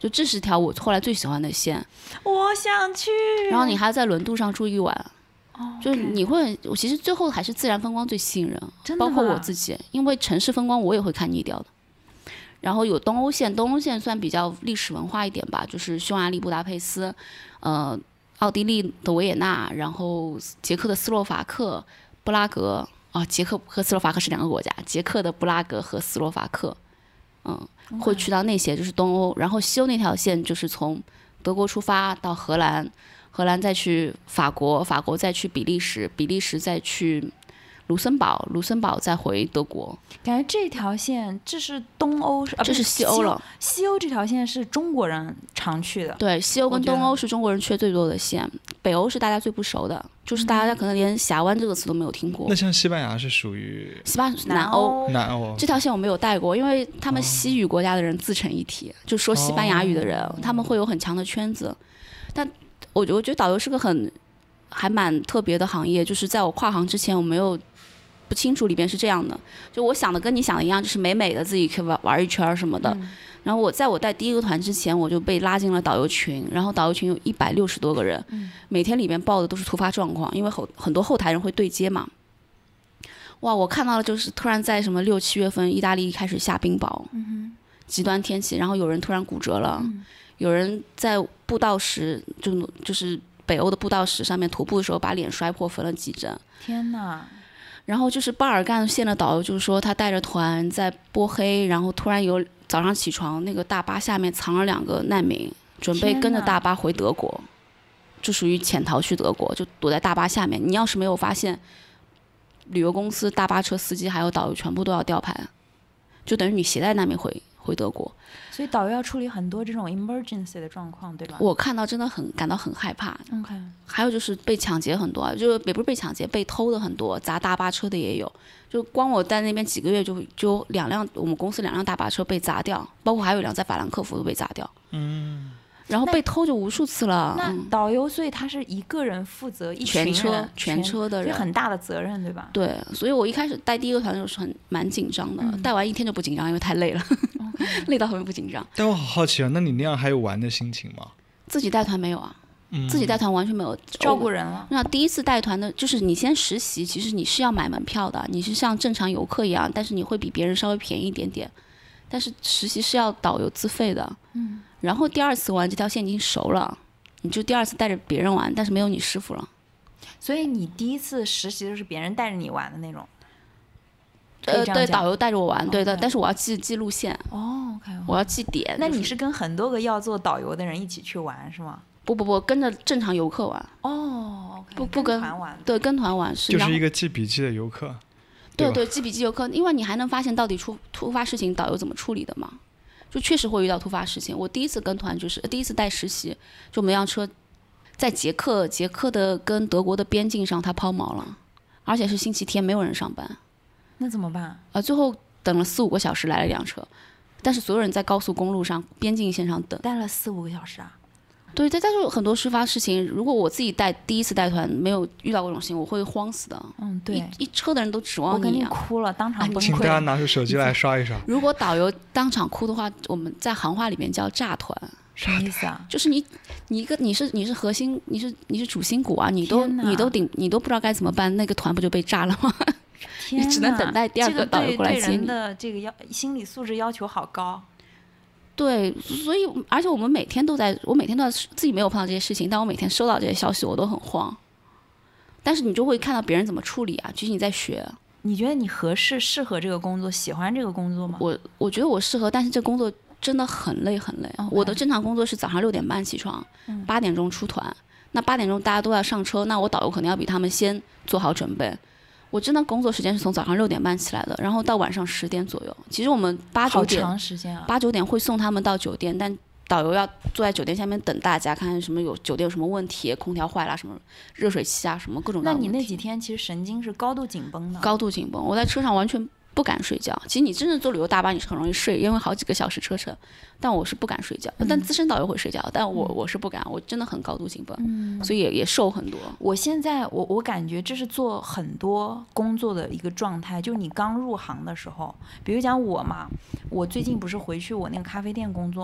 就这是条我后来最喜欢的线。 我想去。 然后你还要在轮渡上住一晚， 哦， 就是你会，我其实最后还是自然风光最吸引人，包括我自己，因为城市风光我也会看腻掉的。然后有东欧线，东欧线算比较历史文化一点吧，就是匈牙利布达佩斯，呃，奥地利的维也纳，然后捷克的斯洛伐克、布拉格啊，捷克和斯洛伐克是两个国家，捷克的布拉格和斯洛伐克，嗯，会去到那些就是东欧，然后西欧那条线就是从德国出发到荷兰，荷兰再去法国，法国再去比利时，比利时再去卢森堡，卢森堡再回德国。 感觉这条线，这是东欧，啊、 这是西欧了。 西欧这条线是中国人常去的。 对，西欧跟东欧是中国人去最多的线，北欧是大家最不熟的，就是大家可能连峡湾这个词都没有听过。 那像西班牙是属于西班牙南欧， 南欧这条线我没有带过，因为他们西语国家的人自成一体，哦、就说西班牙语的人，哦、他们会有很强的圈子。但我我觉得导游是个很还蛮特别的行业，就是在我跨行之前，我没有。不清楚里边是这样的，就我想的跟你想的一样，就是美美的自己去玩玩一圈什么的。嗯、然后我在我带第一个团之前，我就被拉进了导游群，然后导游群有一百六十多个人，嗯、每天里面报的都是突发状况，因为很很多后台人会对接嘛。哇，我看到了，就是突然在什么六七月份，意大利开始下冰雹，嗯、极端天气，然后有人突然骨折了，嗯、有人在步道石就就是北欧的步道石上面徒步的时候把脸摔破，缝了几针。 天哪！ 然后就是巴尔干线的导游，就是说他带着团在波黑，然后突然有早上起床，那个大巴下面藏了两个难民，准备跟着大巴回德国，就属于潜逃去德国，就躲在大巴下面。你要是没有发现，旅游公司、大巴车司机还有导游全部都要吊牌，就等于你携带难民回回德国。 所以导游要处理很多这种 emergency 的状况，对吧？ 我看到真的很感到很害怕。 OK。 还有就是被抢劫很多，就也不是被抢劫，被偷的很多，砸大巴车的也有。就光我在那边几个月就，就就两辆我们公司两辆大巴车被砸掉，包括还有一辆在法兰克福都被砸掉。嗯。然后被偷就无数次了。 那导游，所以他是一个人负责一群人， 全车全车的人， 很大的责任，对吧？ 对，所以我一开始带第一个团的时候是很蛮紧张的，嗯、带完一天就不紧张，因为太累了， okay. 累到后面不紧张。 但我好好奇啊，那你那样还有玩的心情吗？ 自己带团没有啊，嗯、自己带团完全没有照顾人了。 那第一次带团的，就是你先实习，其实你是要买门票的，你是像正常游客一样，但是你会比别人稍微便宜一点点，但是实习是要导游自费的。嗯。然后第二次玩这条线已经熟了，你就第二次带着别人玩，但是没有你师傅了。 所以你第一次实习的是别人带着你玩的那种？ 呃，对，导游带着我玩， okay. 对的，但是我要记记路线。 哦 ，OK， 我要记点。 那你是跟很多个要做导游的人一起去玩是吗？ 不不不，跟着正常游客玩。 哦 ，OK， 不不跟团玩。 对，跟团玩是。 就是一个记笔记的游客。 对 对, 对，记笔记游客，因为你还能发现到底出突发事情导游怎么处理的嘛。就确实会遇到突发事情。我第一次跟团就是第一次带实习，就我们辆车在捷克，捷克的跟德国的边境上它抛锚了，而且是星期天，没有人上班。 那怎么办？ 呃，最后等了四五个小时来了一辆车，但是所有人在高速公路上、边境线上等， 待了四五个小时啊。 对，但是很多突发事情，如果我自己带第一次带团没有遇到过这种事情，我会慌死的。 嗯，对， 一一车的人都指望你、啊， 我肯定哭了，当场崩溃。 请大家拿出手机来刷一刷。 如果导游当场哭的话，我们在行话里面叫炸团。 什么意思啊？ 就是你，你一个你是你是核心，你是你是主心骨啊，你都你都顶你都不知道该怎么办，那个团不就被炸了吗？你只能等待第二个导游过来接你。 这个对人的这个要心理素质要求好高。 对，所以而且我们每天都在，我每天都在自己没有碰到这些事情，但我每天收到这些消息，我都很慌。但是你就会看到别人怎么处理啊，其实你在学。 你觉得你合适、适合这个工作，喜欢这个工作吗？ 我我觉得我适合，但是这工作真的很累很累。Okay. 我的正常工作是早上六点半起床，嗯、八点钟出团。那八点钟大家都要上车，那我导游肯定要比他们先做好准备。我真的工作时间是从早上六点半起来的，然后到晚上十点左右。其实我们八九点， 好长时间啊， 八九点会送他们到酒店，但导游要坐在酒店下面等大家，看什么有酒店有什么问题，空调坏了，什么热水器啊，什么各种各样的问题。 那你那几天其实神经是高度紧绷的。 高度紧绷，我在车上完全不敢睡觉。其实你真正坐旅游大巴你是很容易睡，因为好几个小时车程，但我是不敢睡觉。嗯、但资深导游会睡觉，但我、嗯、我是不敢，我真的很高度紧绷，嗯、所以也也瘦很多。 我现在我我感觉这是做很多工作的一个状态，就是你刚入行的时候，比如讲我嘛，我最近不是回去我那个咖啡店工作嘛。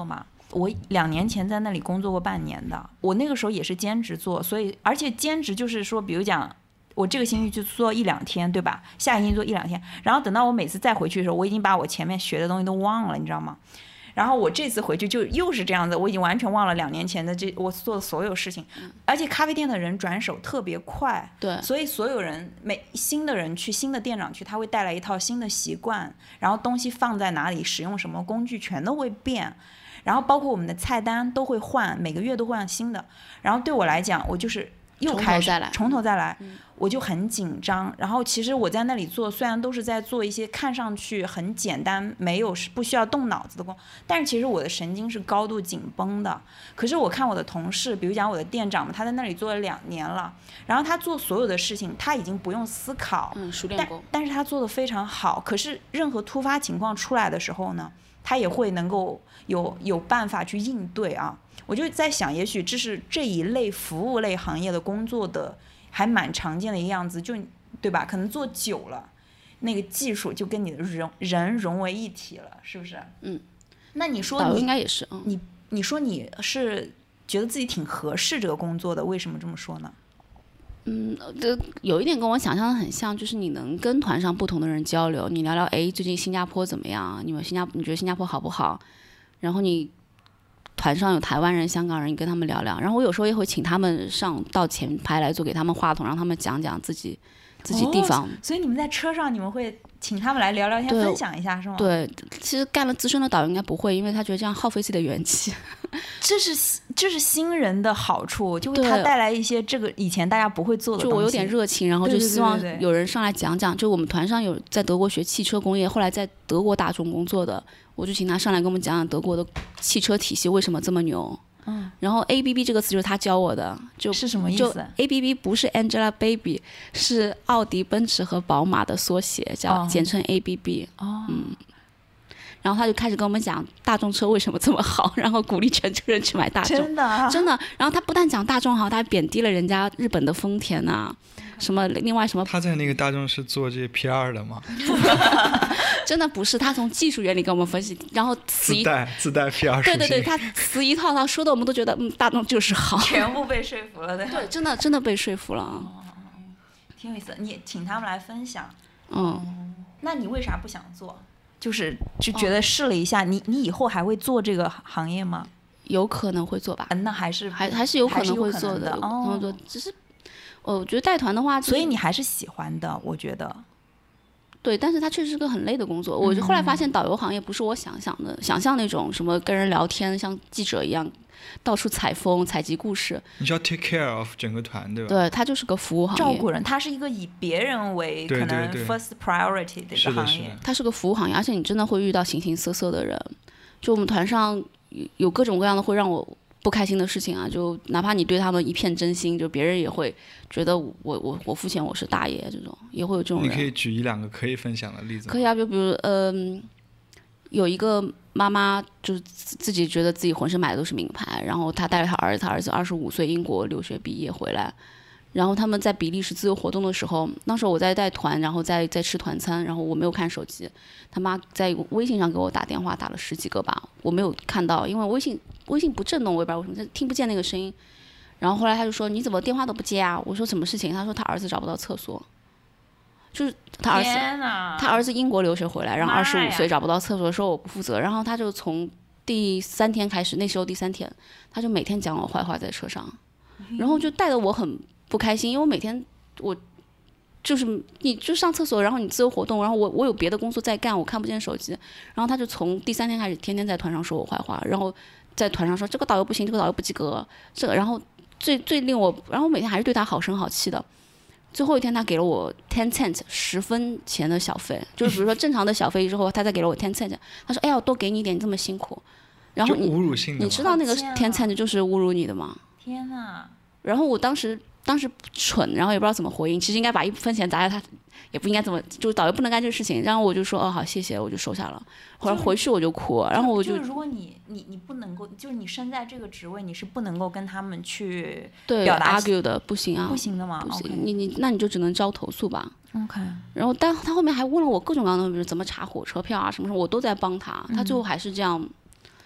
我两年前在那里工作过半年的，我那个时候也是兼职做，所以而且兼职就是说，比如讲我这个星期去做一两天，对吧？下个星期做一两天，然后等到我每次再回去的时候，我已经把我前面学的东西都忘了，你知道吗？然后我这次回去就又是这样子，我已经完全忘了两年前的这我做的所有事情，而且咖啡店的人转手特别快， 对， 所以所有人每新的人去新的店长去，他会带来一套新的习惯，然后东西放在哪里，使用什么工具全都会变，然后包括我们的菜单都会换，每个月都会换新的。然后对我来讲，我就是又开始从头再来， 从头再来， 嗯、 我就很紧张。然后其实我在那里做，虽然都是在做一些看上去很简单、没有不需要动脑子的工，但是其实我的神经是高度紧绷的。可是我看我的同事，比如讲我的店长嘛，他在那里做了两年了，然后他做所有的事情，他已经不用思考， 嗯，熟练工， 但是他做的非常好。可是任何突发情况出来的时候呢，他也会能够有有办法去应对啊。我就在想，也许这是这一类服务类行业的工作的还蛮常见的一个样子，就对吧？可能做久了，那个技术就跟你的人人融为一体了，是不是？ 嗯。 那你说你导游应该也是，嗯、 你你说你是觉得自己挺合适这个工作的，为什么这么说呢？ 嗯，这有一点跟我想象的很像，就是你能跟团上不同的人交流，你聊聊，哎，最近新加坡怎么样？你们新加你觉得新加坡好不好？然后你团上有台湾人、香港人，你跟他们聊聊。然后我有时候也会请他们上到前排来坐，给他们话筒，让他们讲讲自己自己地方。 哦，所以你们在车上，你们会请他们来聊聊天，分享一下，是吗？ 对，其实干了资深的导游应该不会，因为他觉得这样耗费自己的元气。 这是这是新人的好处，就会他带来一些这个以前大家不会做的东西。 就我有点热情，然后就希望有人上来讲讲。就我们团上有在德国学汽车工业，后来在德国大众工作的，我就请他上来跟我们讲讲德国的汽车体系为什么这么牛。 嗯， 然后 A B B 这个词就是他教我的，就是什么意思？ A B B 不是 Angelababy， 是奥迪、奔驰和宝马的缩写，叫、哦、简称 A B B。 哦， 嗯。然后他就开始跟我们讲大众车为什么这么好，然后鼓励全车人去买大众。 真的、啊、 真的。然后他不但讲大众好，他还贬低了人家日本的丰田啊，什么另外什么。 他在那个大众是做这些 P R 的吗？ 真的不是，他从技术原理跟我们分析，然后词一自带自带 P R 属性。 对对对，他词一套，他说的我们都觉得嗯，大众就是好， 全部被说服了。对， 对，真的真的被说服了。哦， 挺有意思，你请他们来分享。 嗯， 那你为啥不想做？就是就觉得试了一下，哦、你你以后还会做这个行业吗？ 有可能会做吧。 嗯，那还是还还是有可能会做的。 哦， 做，只是我觉得带团的话、就是， 所以你还是喜欢的，我觉得。 对，但是它确实是个很累的工作。我就后来发现，导游行业不是我想象的，嗯、想象那种什么跟人聊天，像记者一样。到处采风、采集故事， 你需要 take care of 整个团，对吧？ 对，它就是个服务行业， 照顾人，它是一个以别人为可能 first priority 的一个行业。 它是个服务行业，而且你真的会遇到形形色色的人。就我们团上有各种各样的会让我不开心的事情啊，就哪怕你对他们一片真心，就别人也会觉得我我我付钱我是大爷，这种也会有这种人。 你可以举一两个可以分享的例子吗？ 可以啊，就比如嗯、呃，有一个。妈妈就是自己觉得自己浑身买的都是名牌，然后她带着她儿子，她儿子二十五岁英国留学毕业回来，然后他们在比利时自由活动的时候，那时候我在带团，然后在在吃团餐，然后我没有看手机，他妈在微信上给我打电话，打了十几个吧，我没有看到，因为微信微信不震动，我也不知道为什么，听不见那个声音。然后后来他就说你怎么电话都不接啊？我说什么事情？他说他儿子找不到厕所。就是他儿子，他儿子英国留学回来，然后二十五岁找不到厕所，说我不负责。然后他就从第三天开始，那时候第三天，他就每天讲我坏话在车上，然后就带得我很不开心，因为我每天我就是你就上厕所，然后你自由活动，然后我我有别的工作在干，我看不见手机。然后他就从第三天开始，天天在团上说我坏话，然后在团上说这个导游不行，这个导游不及格，这个，然后最最令我，然后我每天还是对他好声好气的。最后一天，他给了我 ten cent 十分钱的小费，就是比如说正常的小费之后，他再给了我 ten cent。他说：“哎呀，我多给你一点，你这么辛苦。”然后你侮辱性的， 你知道那个 ten cent 就是侮辱你的吗？ 天哪！ 然后我当时当时蠢，然后也不知道怎么回应，其实应该把一分钱砸在他，也不应该这么，就是导游不能干这个事情。然后我就说：“哦，好，谢谢。”我就收下了。后来回去我就哭，然后我就， 就是如果你你你不能够，就是你身在这个职位，你是不能够跟他们去对表达 argue 的，不行啊， 不行的吗？ 不行， okay. 你你那你就只能招投诉吧。 OK。 然后但他后面还问了我各种各样的，比如怎么查火车票啊什么什么，我都在帮他，他最后还是这样。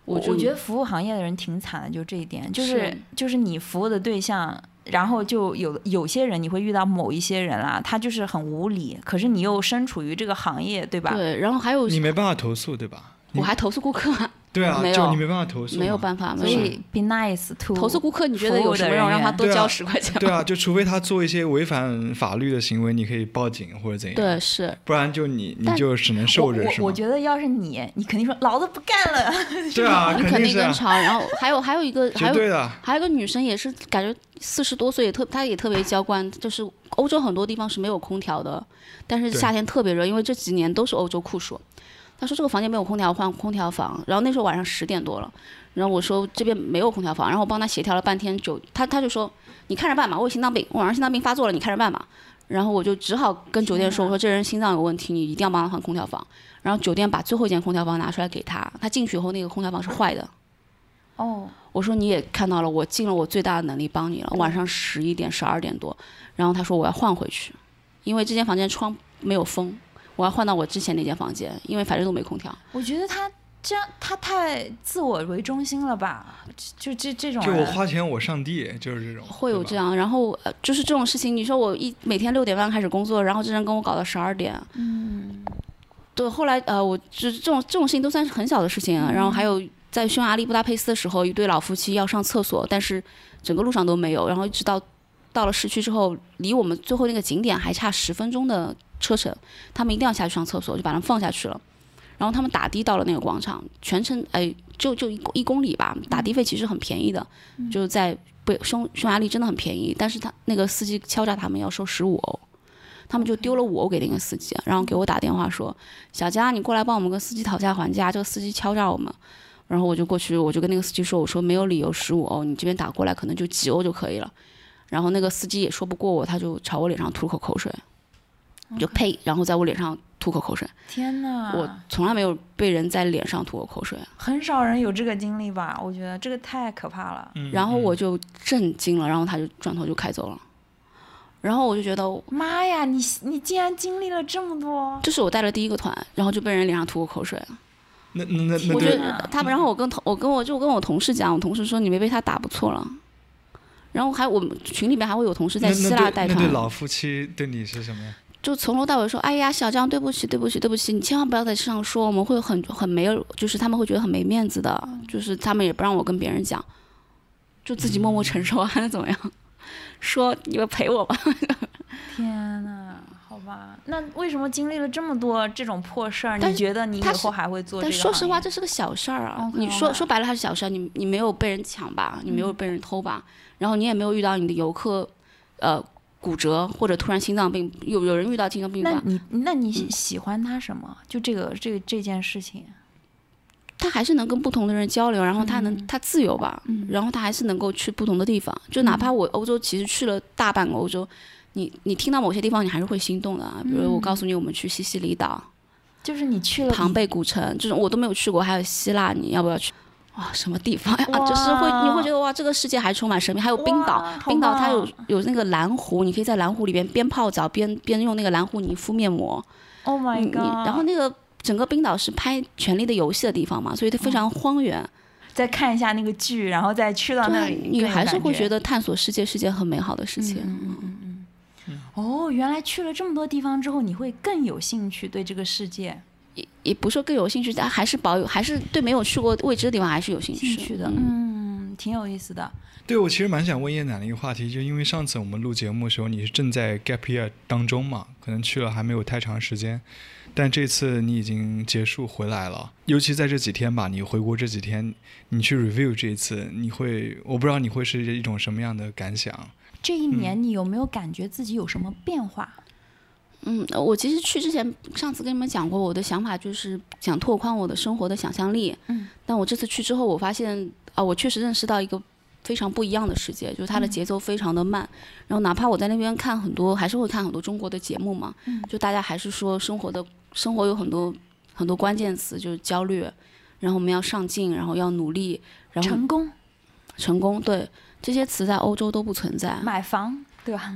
我我觉得服务行业的人挺惨的，就这一点，就是是就是你服务的对象，然后就有有些人你会遇到某一些人啦，他就是很无理，可是你又身处于这个行业，对吧？ 对，然后还有你没办法投诉，对吧？ 我还投诉顾客啊， 对啊， 没有就你没办法投诉， 没有办法， 所以 be nice to 投诉顾客，你觉得有什么用让他多交十块钱吗？ 对啊，就除非他做一些违反法律的行为，你可以报警或者怎样。 对，是， 不然就你你就只能受着，是吗？ 我我觉得要是你，你肯定说老子不干了。 对啊， 你肯定是啊跟吵。然后还有还有一个，还有绝对的， 还有一个女生也是感觉四十多岁，也特她也特别娇惯，就是欧洲很多地方是没有空调的，但是夏天特别热，因为这几年都是欧洲酷暑。他说这个房间没有空调，换空调房。然后那时候晚上十点多了，然后我说这边没有空调房，然后我帮他协调了半天，酒他他就说你看着办吧，我有心脏病，我晚上心脏病发作了，你看着办吧。然后我就只好跟酒店说，我说这人心脏有问题，你一定要帮他换空调房。然后酒店把最后一间空调房拿出来给他，他进去以后那个空调房是坏的。 哦， 我说你也看到了，我尽了我最大的能力帮你了。晚上十一点十二点多，然后他说我要换回去，因为这间房间窗没有风。我要换到我之前那间房间，因为反正都没空调。 我觉得他这样，他太自我为中心了吧？就这这种， 就我花钱我上帝，就是这种。 会有这样，然后呃，就是这种事情，你说我一每天六点半开始工作，然后这人跟我搞到十二点， 嗯， 对，后来呃，我就这种这种事情都算是很小的事情啊。嗯、然后还有在匈牙利布达佩斯的时候，一对老夫妻要上厕所，但是整个路上都没有，然后一直到到了市区之后，离我们最后那个景点还差十分钟的车程，他们一定要下去上厕所，就把他们放下去了。然后他们打的到了那个广场，全程哎就就一一公里吧，打的费其实很便宜的，嗯、就是在不匈匈牙利真的很便宜，但是他那个司机敲诈他们要收十五欧，他们就丢了五欧给那个司机，然后给我打电话说，小佳你过来帮我们跟司机讨价还价，这个司机敲诈我们。然后我就过去，我就跟那个司机说，我说没有理由十五欧，你这边打过来可能就几欧就可以了。然后那个司机也说不过我，他就朝我脸上吐口口水，就呸，然后在我脸上吐口口水。 天哪！ 我从来没有被人在脸上吐过口水， 很少人有这个经历吧？我觉得这个太可怕了。 嗯、 然后我就震惊了，然后他就转头就开走了。然后我就觉得， 妈呀，你你竟然经历了这么多！ 这是我带的第一个团，然后就被人脸上吐过口水。 那那那那， 我觉得他们，然后我跟同我跟我就跟我同事讲，我同事说你没被他打不错了。然后还我们群里面还会有同事在希腊带团。 那对老夫妻对你是什么呀？ 就从头到尾说，哎呀，小张，对不起，对不起，对不起，你千万不要在车上说，我们会很很没有，就是他们会觉得很没面子的，就是他们也不让我跟别人讲，就自己默默承受啊，还能怎么样？说你们陪我吧。 天哪，好吧，那为什么经历了这么多这种破事儿，你觉得你以后还会做这个行业？但说实话，这是个小事儿啊。Okay, 你说说白了，它是小事儿，你你没有被人抢吧，你没有被人偷吧，嗯、然后你也没有遇到你的游客，呃。骨折或者突然心脏病，有有人遇到心脏病吧？ 那你那你喜欢他什么？嗯、就这个这个这件事情， 他还是能跟不同的人交流，然后他能、嗯、他自由吧，嗯、然后他还是能够去不同的地方。就哪怕我欧洲其实去了大半个欧洲，你你听到某些地方你还是会心动的啊。比如我告诉你，我们去西西里岛， 就是你去了庞贝古城这种我都没有去过，还有希腊，你要不要去？哇，什么地方呀？就是会你会觉得哇，这个世界还充满神秘。还有冰岛，冰岛它有有那个蓝湖，你可以在蓝湖里边边泡澡边边用那个蓝湖泥敷面膜。 Oh my god！ 然后那个整个冰岛是拍《权力的游戏》的地方嘛，所以它非常荒原。 哦、再看一下那个剧，然后再去到那里， 你还是会觉得探索世界是件很美好的事情。 嗯嗯嗯嗯嗯。哦，原来去了这么多地方之后，你会更有兴趣对这个世界。 也也不是说更有兴趣，但还是保有，还是对没有去过未知的地方还是有兴趣兴趣的。嗯，挺有意思的。 对，我其实蛮想问叶楠的一个话题，就因为上次我们录节目的时候，你是正在 gap year 当中嘛，可能去了还没有太长时间，但这次你已经结束回来了，尤其在这几天吧，你回国这几天，你去 review 这一次，你会，我不知道你会是一种什么样的感想。 这一年你有没有感觉自己有什么变化？ 嗯，我其实去之前，上次跟你们讲过，我的想法就是想拓宽我的生活的想象力。 嗯， 但我这次去之后，我发现啊，我确实认识到一个非常不一样的世界，就是它的节奏非常的慢。嗯、然后哪怕我在那边看很多，还是会看很多中国的节目嘛。 嗯， 就大家还是说生活的生活有很多很多关键词，就是焦虑，然后我们要上进，然后要努力，然后成功， 成功，对，这些词在欧洲都不存在。 买房，对吧？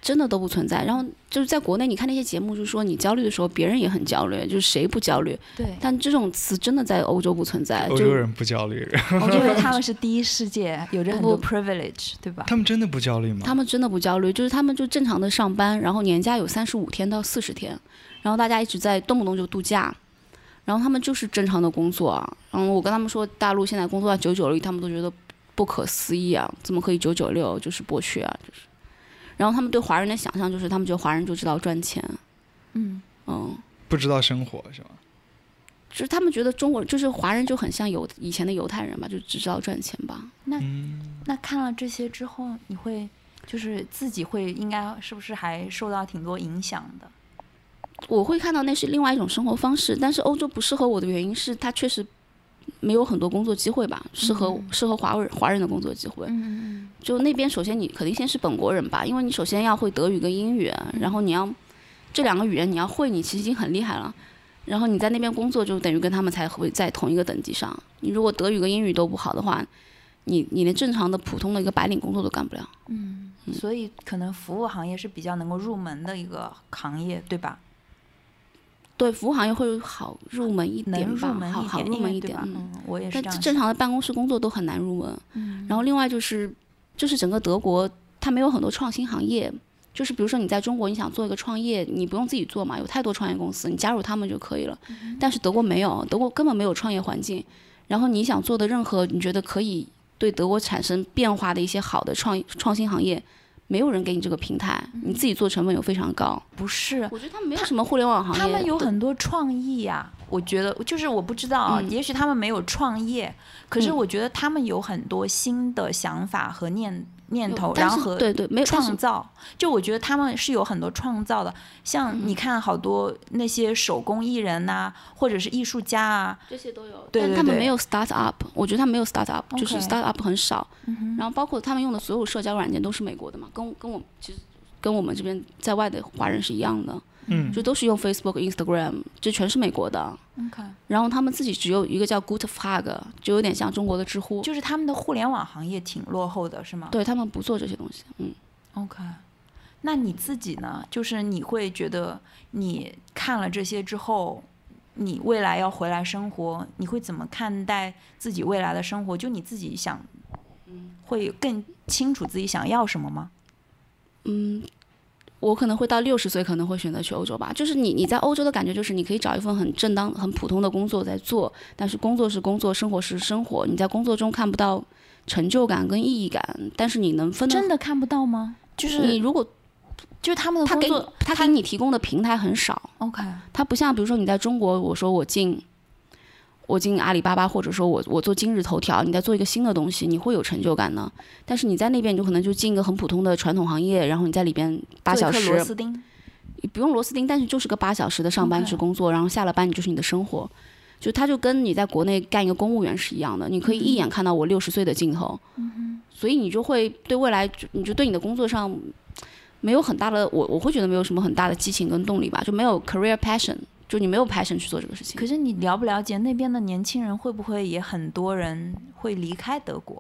真的都不存在。然后就是在国内，你看那些节目，就是说你焦虑的时候，别人也很焦虑，就是谁不焦虑？ 对。 但这种词真的在欧洲不存在。 欧洲人不焦虑， 我觉得他们是第一世界，有着很多 privilege， 对吧？ 他们真的不焦虑吗？ 他们真的不焦虑，就是他们就正常的上班，然后年假有三十五天到四十天，然后大家一直在动不动就度假，然后他们就是正常的工作啊。然后我跟他们说，大陆现在工作到九九六，他们都觉得不可思议啊，怎么可以九九六？就是剥削啊，就是。然后他们对华人的想象就是，他们觉得华人就知道赚钱， 嗯嗯， 不知道生活是吗？ 就是他们觉得中国就是华人就很像犹以前的犹太人吧，就只知道赚钱吧。 那、 嗯、 那看了这些之后，你会就是自己会应该是不是还受到挺多影响的？ 我会看到那是另外一种生活方式，但是欧洲不适合我的原因是它确实没有很多工作机会吧，适合、嗯、适合华人华人的工作机会。 嗯嗯。 就那边首先你肯定先是本国人吧，因为你首先要会德语跟英语，然后你要这两个语言你要会，你其实已经很厉害了。然后你在那边工作就等于跟他们才会在同一个等级上。你如果德语跟英语都不好的话，你你连正常的普通的一个白领工作都干不了。 嗯，嗯所以可能服务行业是比较能够入门的一个行业，对吧？ 对，服务行业会好入门一点吧， 入门一点好好入门一点。 嗯，我也是这样。 但正常的办公室工作都很难入门。 嗯。 然后另外就是，就是整个德国它没有很多创新行业，就是比如说你在中国你想做一个创业，你不用自己做嘛，有太多创业公司，你加入他们就可以了。嗯、但是德国没有，德国根本没有创业环境。然后你想做的任何你觉得可以对德国产生变化的一些好的创创新行业。没有人给你这个平台，你自己做成本又非常高。 不是， 我觉得他们没有什么互联网行业， 他们有很多创意呀、啊。我觉得就是我不知道啊、嗯，也许他们没有创业，可是我觉得他们有很多新的想法和念念头，然后和对对没有创造。就我觉得他们是有很多创造的，像你看好多那些手工艺人呐、啊，或者是艺术家啊， 这些都有。 对对对， 但他们没有 start up， 我觉得他们没有 start up，、okay. 就是 start up 很少、 嗯。 然后包括他们用的所有社交软件都是美国的嘛，跟跟我其实跟我们这边在外的华人是一样的。 嗯， 就都是用 Facebook、Instagram， 这全是美国的。 OK。 然后他们自己只有一个叫 Gutfrage， 就有点像中国的知乎。 就是他们的互联网行业挺落后的，是吗？ 对，他们不做这些东西。嗯。 OK。那你自己呢？就是你会觉得你看了这些之后，你未来要回来生活，你会怎么看待自己未来的生活？就你自己想，会更清楚自己想要什么吗？ 嗯。我可能会到六十岁，可能会选择去欧洲吧。就是你你在欧洲的感觉，就是你可以找一份很正当、很普通的工作在做，但是工作是工作，生活是生活。你在工作中看不到成就感跟意义感，但是你能分得真的看不到吗？就是你如果就是他们的工作， 他给你提供的平台很少。 OK， 他不像比如说你在中国，我说我进。我进阿里巴巴，或者说我我做今日头条，你在做一个新的东西，你会有成就感呢。但是你在那边，你就可能就进一个很普通的传统行业，然后你在里边八小时， 螺丝钉， 不用螺丝钉，但是就是个八小时的上班制工作， okay. 然后下了班你就是你的生活，就它就跟你在国内干一个公务员是一样的，你可以一眼看到我六十岁的镜头， 嗯、 所以你就会对未来，你就对你的工作上没有很大的，我我会觉得没有什么很大的激情跟动力吧，就没有 career passion。就你没有 passion 去做这个事情。 可是你了不了解那边的年轻人会不会也很多人会离开德国，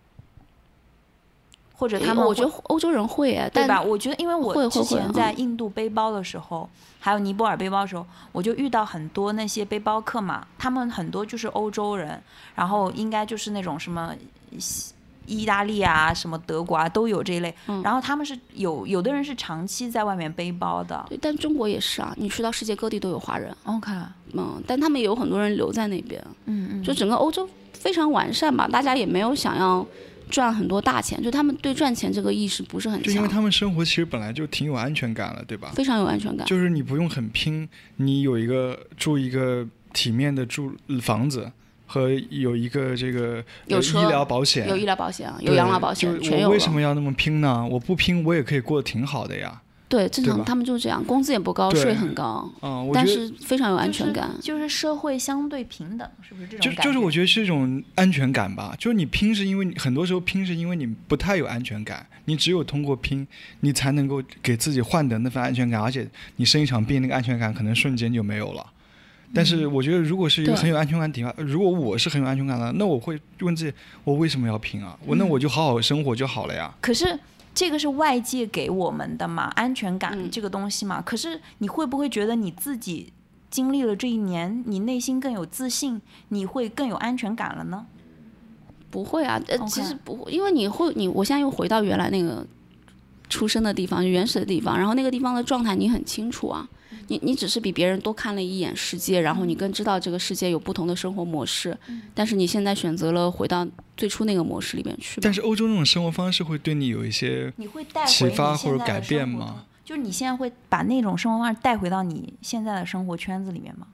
或者他们？ 我觉得欧洲人会哎， 对吧？我觉得因为我之前在印度背包的时候，还有尼泊尔背包的时候，我就遇到很多那些背包客嘛，他们很多就是欧洲人，然后应该就是那种什么意大利啊、什么德国啊都有这一类， 嗯、 然后他们是有有的人是长期在外面背包的， 对，但中国也是啊，你去到世界各地都有华人 ，OK， 嗯，但他们也有很多人留在那边， 嗯嗯， 就整个欧洲非常完善吧，大家也没有想要赚很多大钱，就他们对赚钱这个意识不是很强， 就因为他们生活其实本来就挺有安全感了，对吧？ 非常有安全感， 就是你不用很拼，你有一个住一个体面的住房子。和有一个这个有车、 呃、医疗保险， 有医疗保险，有养老保险，全有了。 我为什么要那么拼呢？我不拼，我也可以过得挺好的呀。 对，正常他们就是这样，工资也不高，税很高， 嗯， 但是非常有安全感。 就是、就是社会相对平等，是不是这种感觉？ 就就是我觉得是一种安全感吧。就是你拼是因为你很多时候拼是因为你不太有安全感，你只有通过拼，你才能够给自己换得那份安全感，而且你生一场病，那个安全感可能瞬间就没有了。但是我觉得，如果是一个很有安全感的地方，如果我是很有安全感的，那我会问自己，我为什么要拼啊？我那我就好好生活就好了呀。 可是这个是外界给我们的嘛，安全感这个东西嘛、嗯、可是你会不会觉得你自己经历了这一年，你内心更有自信，你会更有安全感了呢？ 不会啊，呃， okay. 其实不会，因为你会，你我现在又回到原来那个出生的地方，原始的地方，然后那个地方的状态你很清楚啊，你你只是比别人多看了一眼世界，然后你更知道这个世界有不同的生活模式，嗯、但是你现在选择了回到最初那个模式里面去。 但是欧洲那种生活方式会对你有一些启发或者改变吗？ 就是你现在会把那种生活方式带回到你现在的生活圈子里面吗？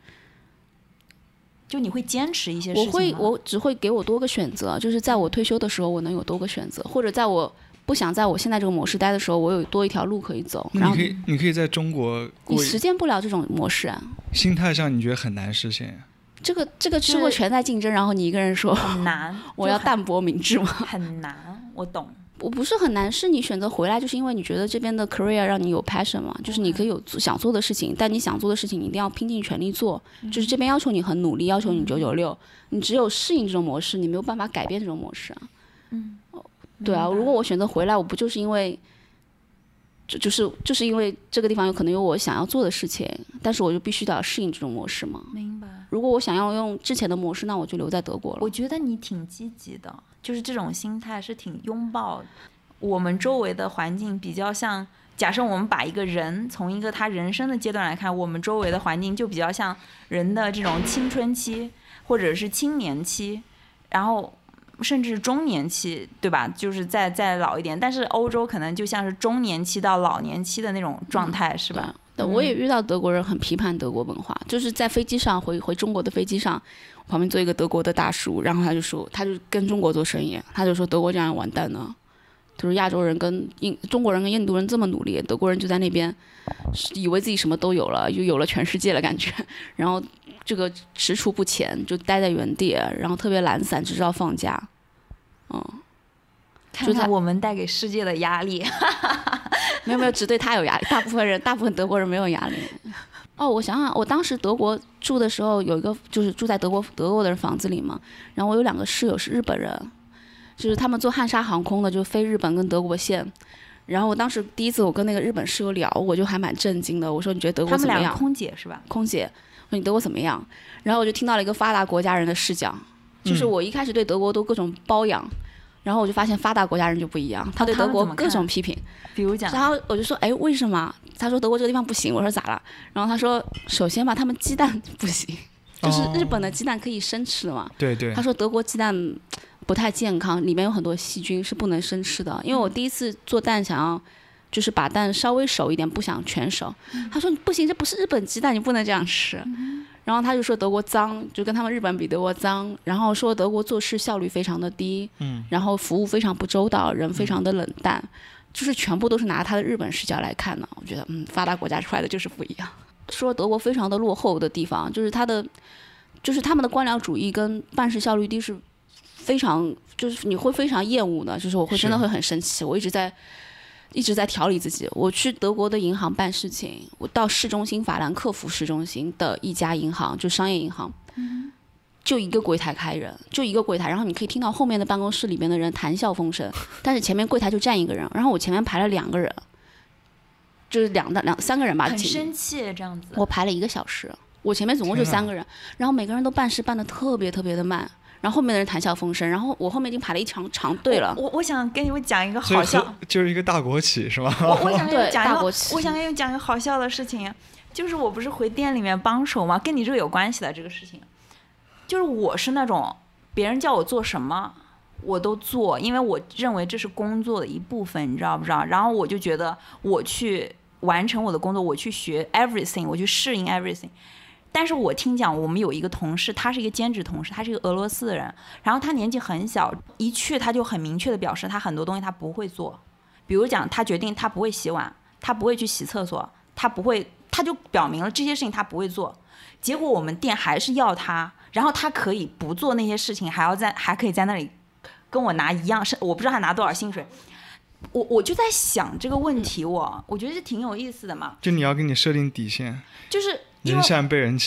就你会坚持一些事情吗？ 我会，我只会给我多个选择，就是在我退休的时候我能有多个选择，或者在我不想在我现在这个模式待的时候我有多一条路可以走。 那你可以你可以在中国过， 你实现不了这种模式啊， 心态上你觉得很难实现？ 这个这个社会全在竞争，然后你一个人说很难我要淡泊明志吗？ 很难，我懂。 我不是很难，是你选择回来就是因为你觉得这边的 career 让你有 passion 嘛，就是你可以有想做的事情，但你想做的事情你一定要拼尽全力做，就是这边要求你很努力，要求你九九六，你只有适应这种模式，你没有办法改变这种模式啊。 嗯， 对啊，如果我选择回来，我不就是因为就就是就是因为这个地方有可能有我想要做的事情，但是我就必须得要适应这种模式嘛。 明白。 如果我想要用之前的模式，那我就留在德国了。 我觉得你挺积极的，就是这种心态是挺拥抱我们周围的环境，比较像假设我们把一个人从一个他人生的阶段来看，我们周围的环境就比较像人的这种青春期或者是青年期，然后甚至中年期，对吧？就是再再老一点，但是欧洲可能就像是中年期到老年期的那种状态、嗯、是吧？ 我也遇到德国人很批判德国文化，就是在飞机上回回中国的飞机上，旁边坐一个德国的大叔，然后他就说，他就跟中国做生意，他就说德国这样完蛋了，就是亚洲人跟印中国人跟印度人这么努力，德国人就在那边以为自己什么都有了，就有了全世界的感觉，然后这个踟蹰不前，就待在原地，然后特别懒散，只知道放假，嗯。 看看我们带给世界的压力。 没有没有，只对他有压力，大部分人大部分德国人没有压力。哦，我想想，我当时德国住的时候有一个就是住在德国德国的人房子里嘛，然后我有两个室友是日本人，就是他们做汉莎航空的，就飞日本跟德国线。然后我当时第一次我跟那个日本室友聊，我就还蛮震惊的，我说你觉得德国怎么样？ 他们俩空姐是吧？ 空姐，我说你德国怎么样？然后我就听到了一个发达国家人的视角，就是我一开始对德国都各种包养。嗯，然后我就发现发达国家人就不一样，他对德国各种批评， 比如讲， 然后我就说，哎，为什么？他说德国这个地方不行，我说咋了？然后他说，首先吧，他们鸡蛋不行，就是日本的鸡蛋可以生吃的嘛。 对对。 他说德国鸡蛋不太健康，里面有很多细菌，是不能生吃的。因为我第一次做蛋，想要就是把蛋稍微熟一点，不想全熟。嗯、他说你不行，这不是日本鸡蛋，你不能这样吃。嗯，然后他就说德国脏，就跟他们日本比德国脏，然后说德国做事效率非常的低，嗯，然后服务非常不周到，人非常的冷淡，嗯，就是全部都是拿他的日本视角来看的。我觉得嗯，发达国家出来的就是不一样。说德国非常的落后的地方，就是他的就是他们的官僚主义跟办事效率低是非常，就是你会非常厌恶的，就是我会真的会很生气。我一直在一直在调理自己。我去德国的银行办事情，我到市中心法兰克福市中心的一家银行，就商业银行，嗯，就一个柜台开人，就一个柜台，然后你可以听到后面的办公室里面的人谈笑风生，但是前面柜台就站一个人，然后我前面排了两个人，就是两到两三个人吧， 很生气这样子。 我排了一个小时，我前面总共就三个人，然后每个人都办事办得特别特别的慢。然后后面的人谈笑风生，然后我后面已经排了一长长队了。 我我, 我想跟你们讲一个好笑， 就是一个大国企是吧？ 我我想跟你们讲一个，我想跟你们讲一个好笑的事情，就是我不是回店里面帮手吗？跟你这个有关系的这个事情，就是我是那种别人叫我做什么我都做，因为我认为这是工作的一部分，你知道不知道？然后我就觉得我去完成我的工作，我去学 everything， 我去适应 everything。但是我听讲我们有一个同事，他是一个兼职同事，他是一个俄罗斯的人，然后他年纪很小，一去他就很明确的表示他很多东西他不会做，比如讲他决定他不会洗碗，他不会去洗厕所，他不会，他就表明了这些事情他不会做，结果我们店还是要他，然后他可以不做那些事情，还要在还可以在那里跟我拿一样，我不知道他拿多少薪水。我我就在想这个问题，我我觉得是挺有意思的嘛。 就你要给你设定底线， 就是人善被人欺。 因为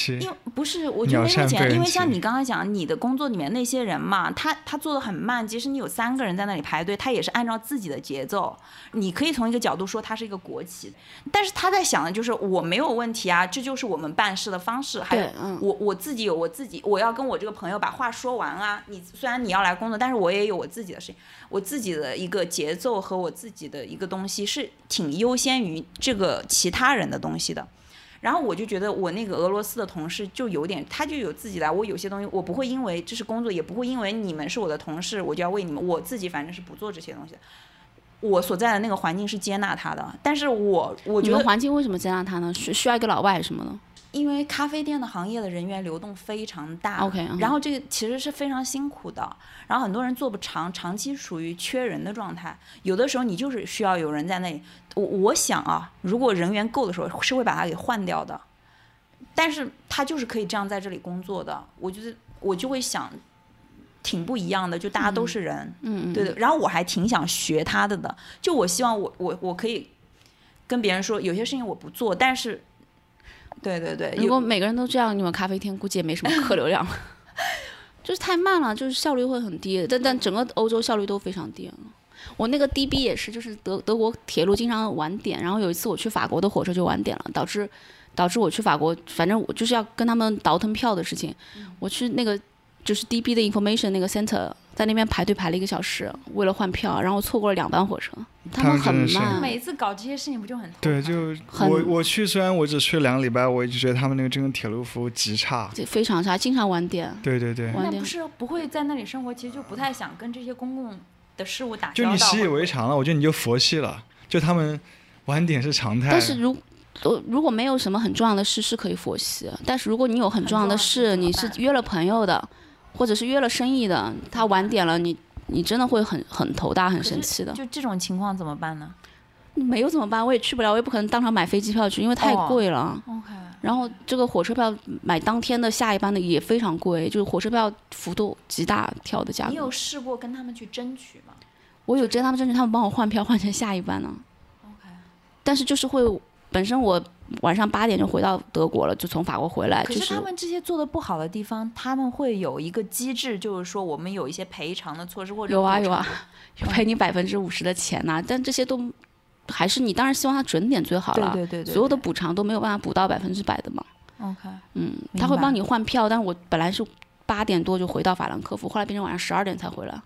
不是，我觉得鸟那个简单， 善被人骑因为像你刚才讲，你的工作里面那些人嘛，他他做的很慢，即使你有三个人在那里排队，他也是按照自己的节奏。你可以从一个角度说他是一个国企，但是他在想的就是我没有问题啊，这就是我们办事的方式。还有对嗯我我自己有我自己，我要跟我这个朋友把话说完啊。你虽然你要来工作，但是我也有我自己的事情，我自己的一个节奏和我自己的一个东西是挺优先于这个其他人的东西的。然后我就觉得我那个俄罗斯的同事就有点，他就有自己来，我有些东西我不会因为这是工作，也不会因为你们是我的同事我就要为你们，我自己反正是不做这些东西的。我所在的那个环境是接纳他的，但是我我你们觉得环境为什么接纳他呢？需需要一个老外还是什么呢？ 因为咖啡店的行业的人员流动非常大 OK，嗯然后这个其实是非常辛苦的，然后很多人做不长，长期处于缺人的状态，有的时候你就是需要有人在那里。我我想啊，如果人员够的时候是会把他给换掉的，但是他就是可以这样在这里工作的，我觉得我就会想挺不一样的，就大家都是人， 嗯嗯， 对对，然后我还挺想学他的的，就我希望我我我可以跟别人说，有些事情我不做，但是，对对对， 如果每个人都这样，你们咖啡店估计也没什么客流量了，就是太慢了，就是效率会很低。但但整个欧洲效率都非常低。我那个 D B 也是，就是德德国铁路经常晚点，然后有一次我去法国的火车就晚点了，导致导致我去法国，反正我就是要跟他们倒腾票的事情，我去那个就是 D B 的 information 那个 center， 在那边排队排了一个小时，为了换票，然后错过了两班火车，他们很他们真的是慢。 每次搞这些事情不就很头对， 疼就很我我去，虽然我只去了两个礼拜，我就觉得他们那个真的铁路服务极差。 这非常差，经常晚点。 对对对， 晚点那不是不会在那里生活，其实就不太想跟这些公共的事物打交道。 就你习以为常了，我觉得你就佛系了。就他们晚点是常态。 但是如呃如果没有什么很重要的事是可以佛系，但是如果你有很重要的事，你是约了朋友的，或者是约了生意的，他晚点了，你你真的会很很头大，很生气的。 就这种情况怎么办呢没有怎么办？我也去不了，我也不可能当场买飞机票去，因为太贵了。 ？OK， 然后这个火车票买当天的下一班的也非常贵，就是火车票幅度极大跳的价格。 你有试过跟他们去争取吗我有跟他们争取，他们帮我换票换成下一班呢。 ？OK， 但是就是会，本身我晚上八点就回到德国了，就从法国回来。 可就是他们这些做的不好的地方，他们会有一个机制，就是说我们有一些赔偿的措施或者补偿有啊有啊，就赔你百分之五十的钱呐、但这些都还是你当然希望他准点最好了。 对对对对， 所有的补偿都没有办法补到百分之百的嘛。 OK， 嗯， 明他会帮白你换票，但是我本来是八点多就回到法兰克福，后来变成晚上十二点才回来。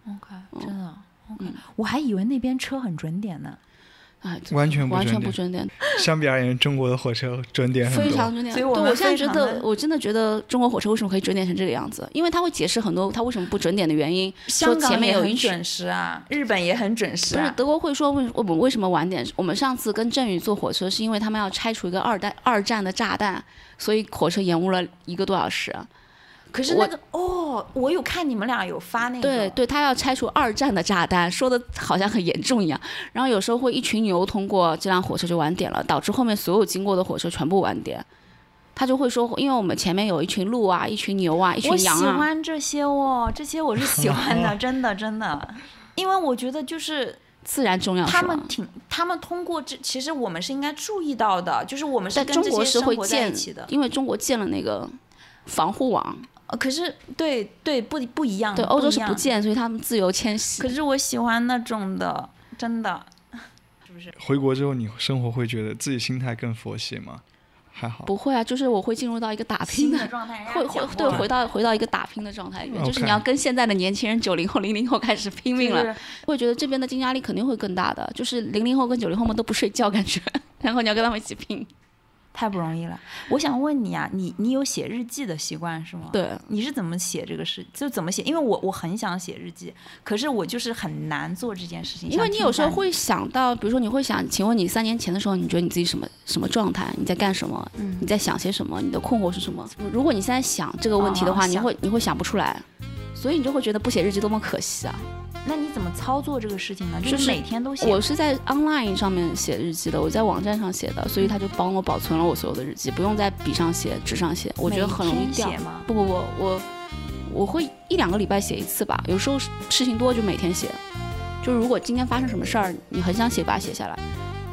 OK，真的 OK， 嗯我还以为那边车很准点呢。 哎， 完全不完全准点。 不准点， 相比而言，中国的火车准点很多。 非常准点。 所以我们对我现在非常觉得的， 我真的觉得中国火车为什么可以准点成这个样子？因为他会解释很多他为什么不准点的原因，说香港前面有一群也很准时啊，日本也很准时啊。 不是德国会说为我们为什么晚点？我们上次跟振宇坐火车是因为他们要拆除一个二弹二战的炸弹，所以火车延误了一个多小时。 可是那个哦，我有看你们俩有发那个， 对对，他要拆除二战的炸弹，说的好像很严重一样。然后有时候会一群牛通过这辆火车就晚点了，导致后面所有经过的火车全部晚点。他就会说，因为我们前面有一群鹿啊，一群牛啊，一我喜群羊啊。 欢这些哦，这些我是喜欢的，真的真的，因为我觉得就是自然重要， 他是吧们挺，他们通过这，其实我们是应该注意到的，就是我们是在跟这中国是会些生活在一建起的，。 因为中国建了那个防护网， 呃可是对对不不一样， 对，欧洲一样是不建，所以他们自由迁徙。 可是我喜欢那种的，真的。是不是？ 回国之后，你生活会觉得自己心态更佛系吗？还好。 不会啊，就是我会进入到一个打拼的新的状态，人家会会对讲过回到回到一个打拼的状态里面，就是 OK 你要跟现在的年轻人九零后、零零后开始拼命了， 就是会觉得这边的经济压力肯定会更大的，就是零零后跟九零后们都不睡觉感觉，然后你要跟他们一起拼。 太不容易了。我想问你啊，你你有写日记的习惯是吗？， 对， 你是怎么写这个事？就怎么写？因为我我很想写日记，可是我就是很难做这件事情。 因为你有时候想听会想到，比如说你会想，请问你三年前的时候，你觉得你自己什么什么状态？你在干什么？ 嗯你在想些什么？你的困惑是什么？如果你现在想这个问题的话， 哦你会你会想不出来，所以你就会觉得不写日记多么可惜啊！ 那你怎么操作这个事情呢？ 就是是每天都写。 我是在 online 上面写日记的，我在网站上写的，所以他就帮我保存了我所有的日记，不用在笔上写、纸上写，我觉得很容易掉每天写。吗？ 不不不，我我会一两个礼拜写一次吧，有时候事情多就每天写。就是如果今天发生什么事儿，你很想写，把它写下来。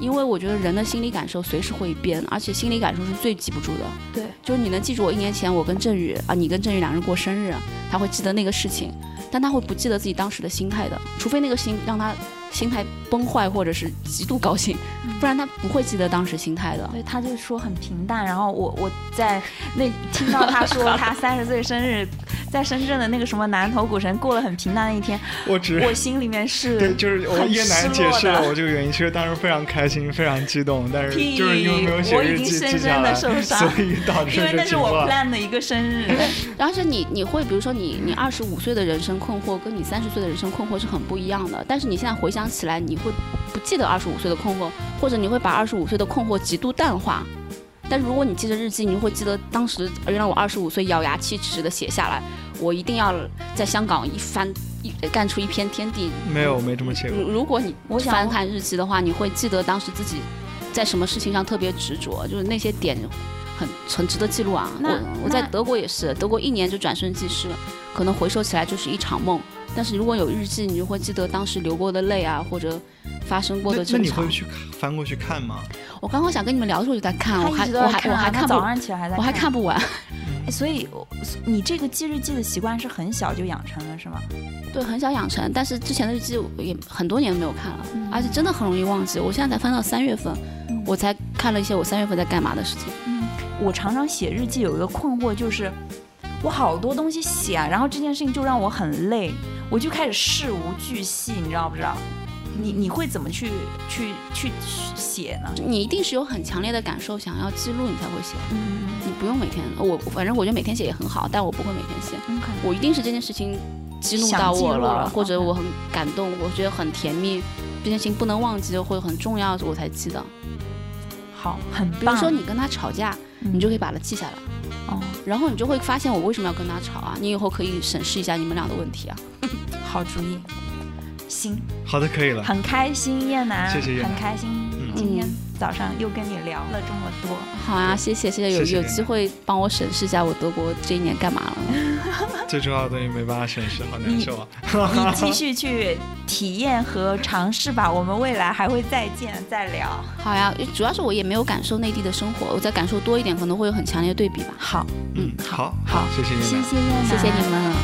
因为我觉得人的心理感受随时会变，而且心理感受是最记不住的。 对， 就是你能记住我一年前我跟振宇啊，你跟振宇两人过生日，他会记得那个事情，但他会不记得自己当时的心态的，除非那个心让他心态崩坏或者是极度高兴，不然他不会记得当时心态的。 对，他就说很平淡，然后我我在那听到他说他三十岁生日在深圳的那个什么南头古城过了很平淡的一天， 我只我心里面是对，就是我叶楠解释了我这个原因，其实当时非常开心，非常激动，但是就是因为没有写日记记下来，所以导致因为那是我 plan 的一个生日。 然后是你你会比如说你你二十五岁的人生困惑跟你三十岁的人生困惑是很不一样的，但是你现在回想起来，你会不记得二十五岁的困惑，或者你会把二十五岁的困惑极度淡化。但是如果你记着日记，你会记得当时原来我二十五岁咬牙切齿的写下来，我一定要在香港一番一干出一片天地。 没有，没这么写过。 如果你翻看日记的话，你会记得当时自己在什么事情上特别执着，就是那些点很很值得记录啊。我我在德国也是，德国一年就转瞬即逝，可能回首起来就是一场梦。但是如果有日记，你就会记得当时流过的泪啊，或者发生过的争吵。 那你会去翻过去看吗？ 我刚刚想跟你们聊的时候就在看，我还我还我还看不， 早上起来还在看， 我还看不完。 所以你这个记日记的习惯是很小就养成了是吗？ 对，很小养成，但是之前的日记也很多年没有看了，嗯、而且真的很容易忘记。我现在才翻到三月份、嗯，我才看了一些我三月份在干嘛的事情。 嗯，我常常写日记有一个困惑就是。我好多东西写啊，然后这件事情就让我很累，我就开始事无巨细，你知道不知道？你你会怎么去去去写呢？ 你一定是有很强烈的感受想要记录，你才会写。 嗯， 你不用每天，我反正我觉得每天写也很好，但我不会每天写。 嗯， 我一定是这件事情激怒到我了，或者我很感动，我觉得很甜蜜，这件事情不能忘记或者很重要，我才记得。 好，很棒。 比如说你跟他吵架，嗯、你就可以把它记下来。 哦， 然后你就会发现我为什么要跟他吵啊？你以后可以审视一下你们俩的问题啊。 好主意，行， 好的，可以了。 很开心，叶楠， 谢谢叶楠， 很开心，嗯、今天早上又跟你聊了这么多。 好啊，谢谢谢谢，有有机会帮我审视一下我德国这一年干嘛了。 最重要的东西没办法审视，好难受啊！ 你, 你继续去体验和尝试吧，我们未来还会再见再聊。 好呀，主要是我也没有感受内地的生活，我再感受多一点，可能会有很强烈的对比吧。 好， 嗯，好， 好， 谢谢叶楠， 谢谢叶楠， 谢谢你们。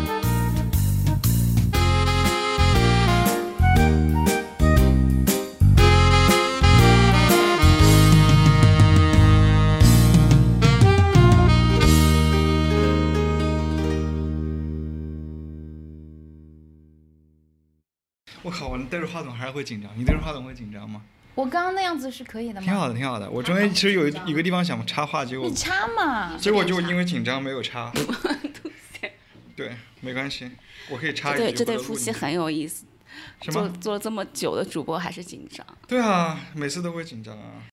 我靠，我对着话筒还是会紧张。你对着话筒会紧张吗？ 我刚刚那样子是可以的吗？ 挺好的，挺好的。我中间其实有一个地方想插话，结果你插嘛， 结果就因为紧张没有插。对，没关系，我可以插一句。 对，这对夫妻很有意思。 什么？ 做做了这么久的主播还是紧张？ 对啊，每次都会紧张啊。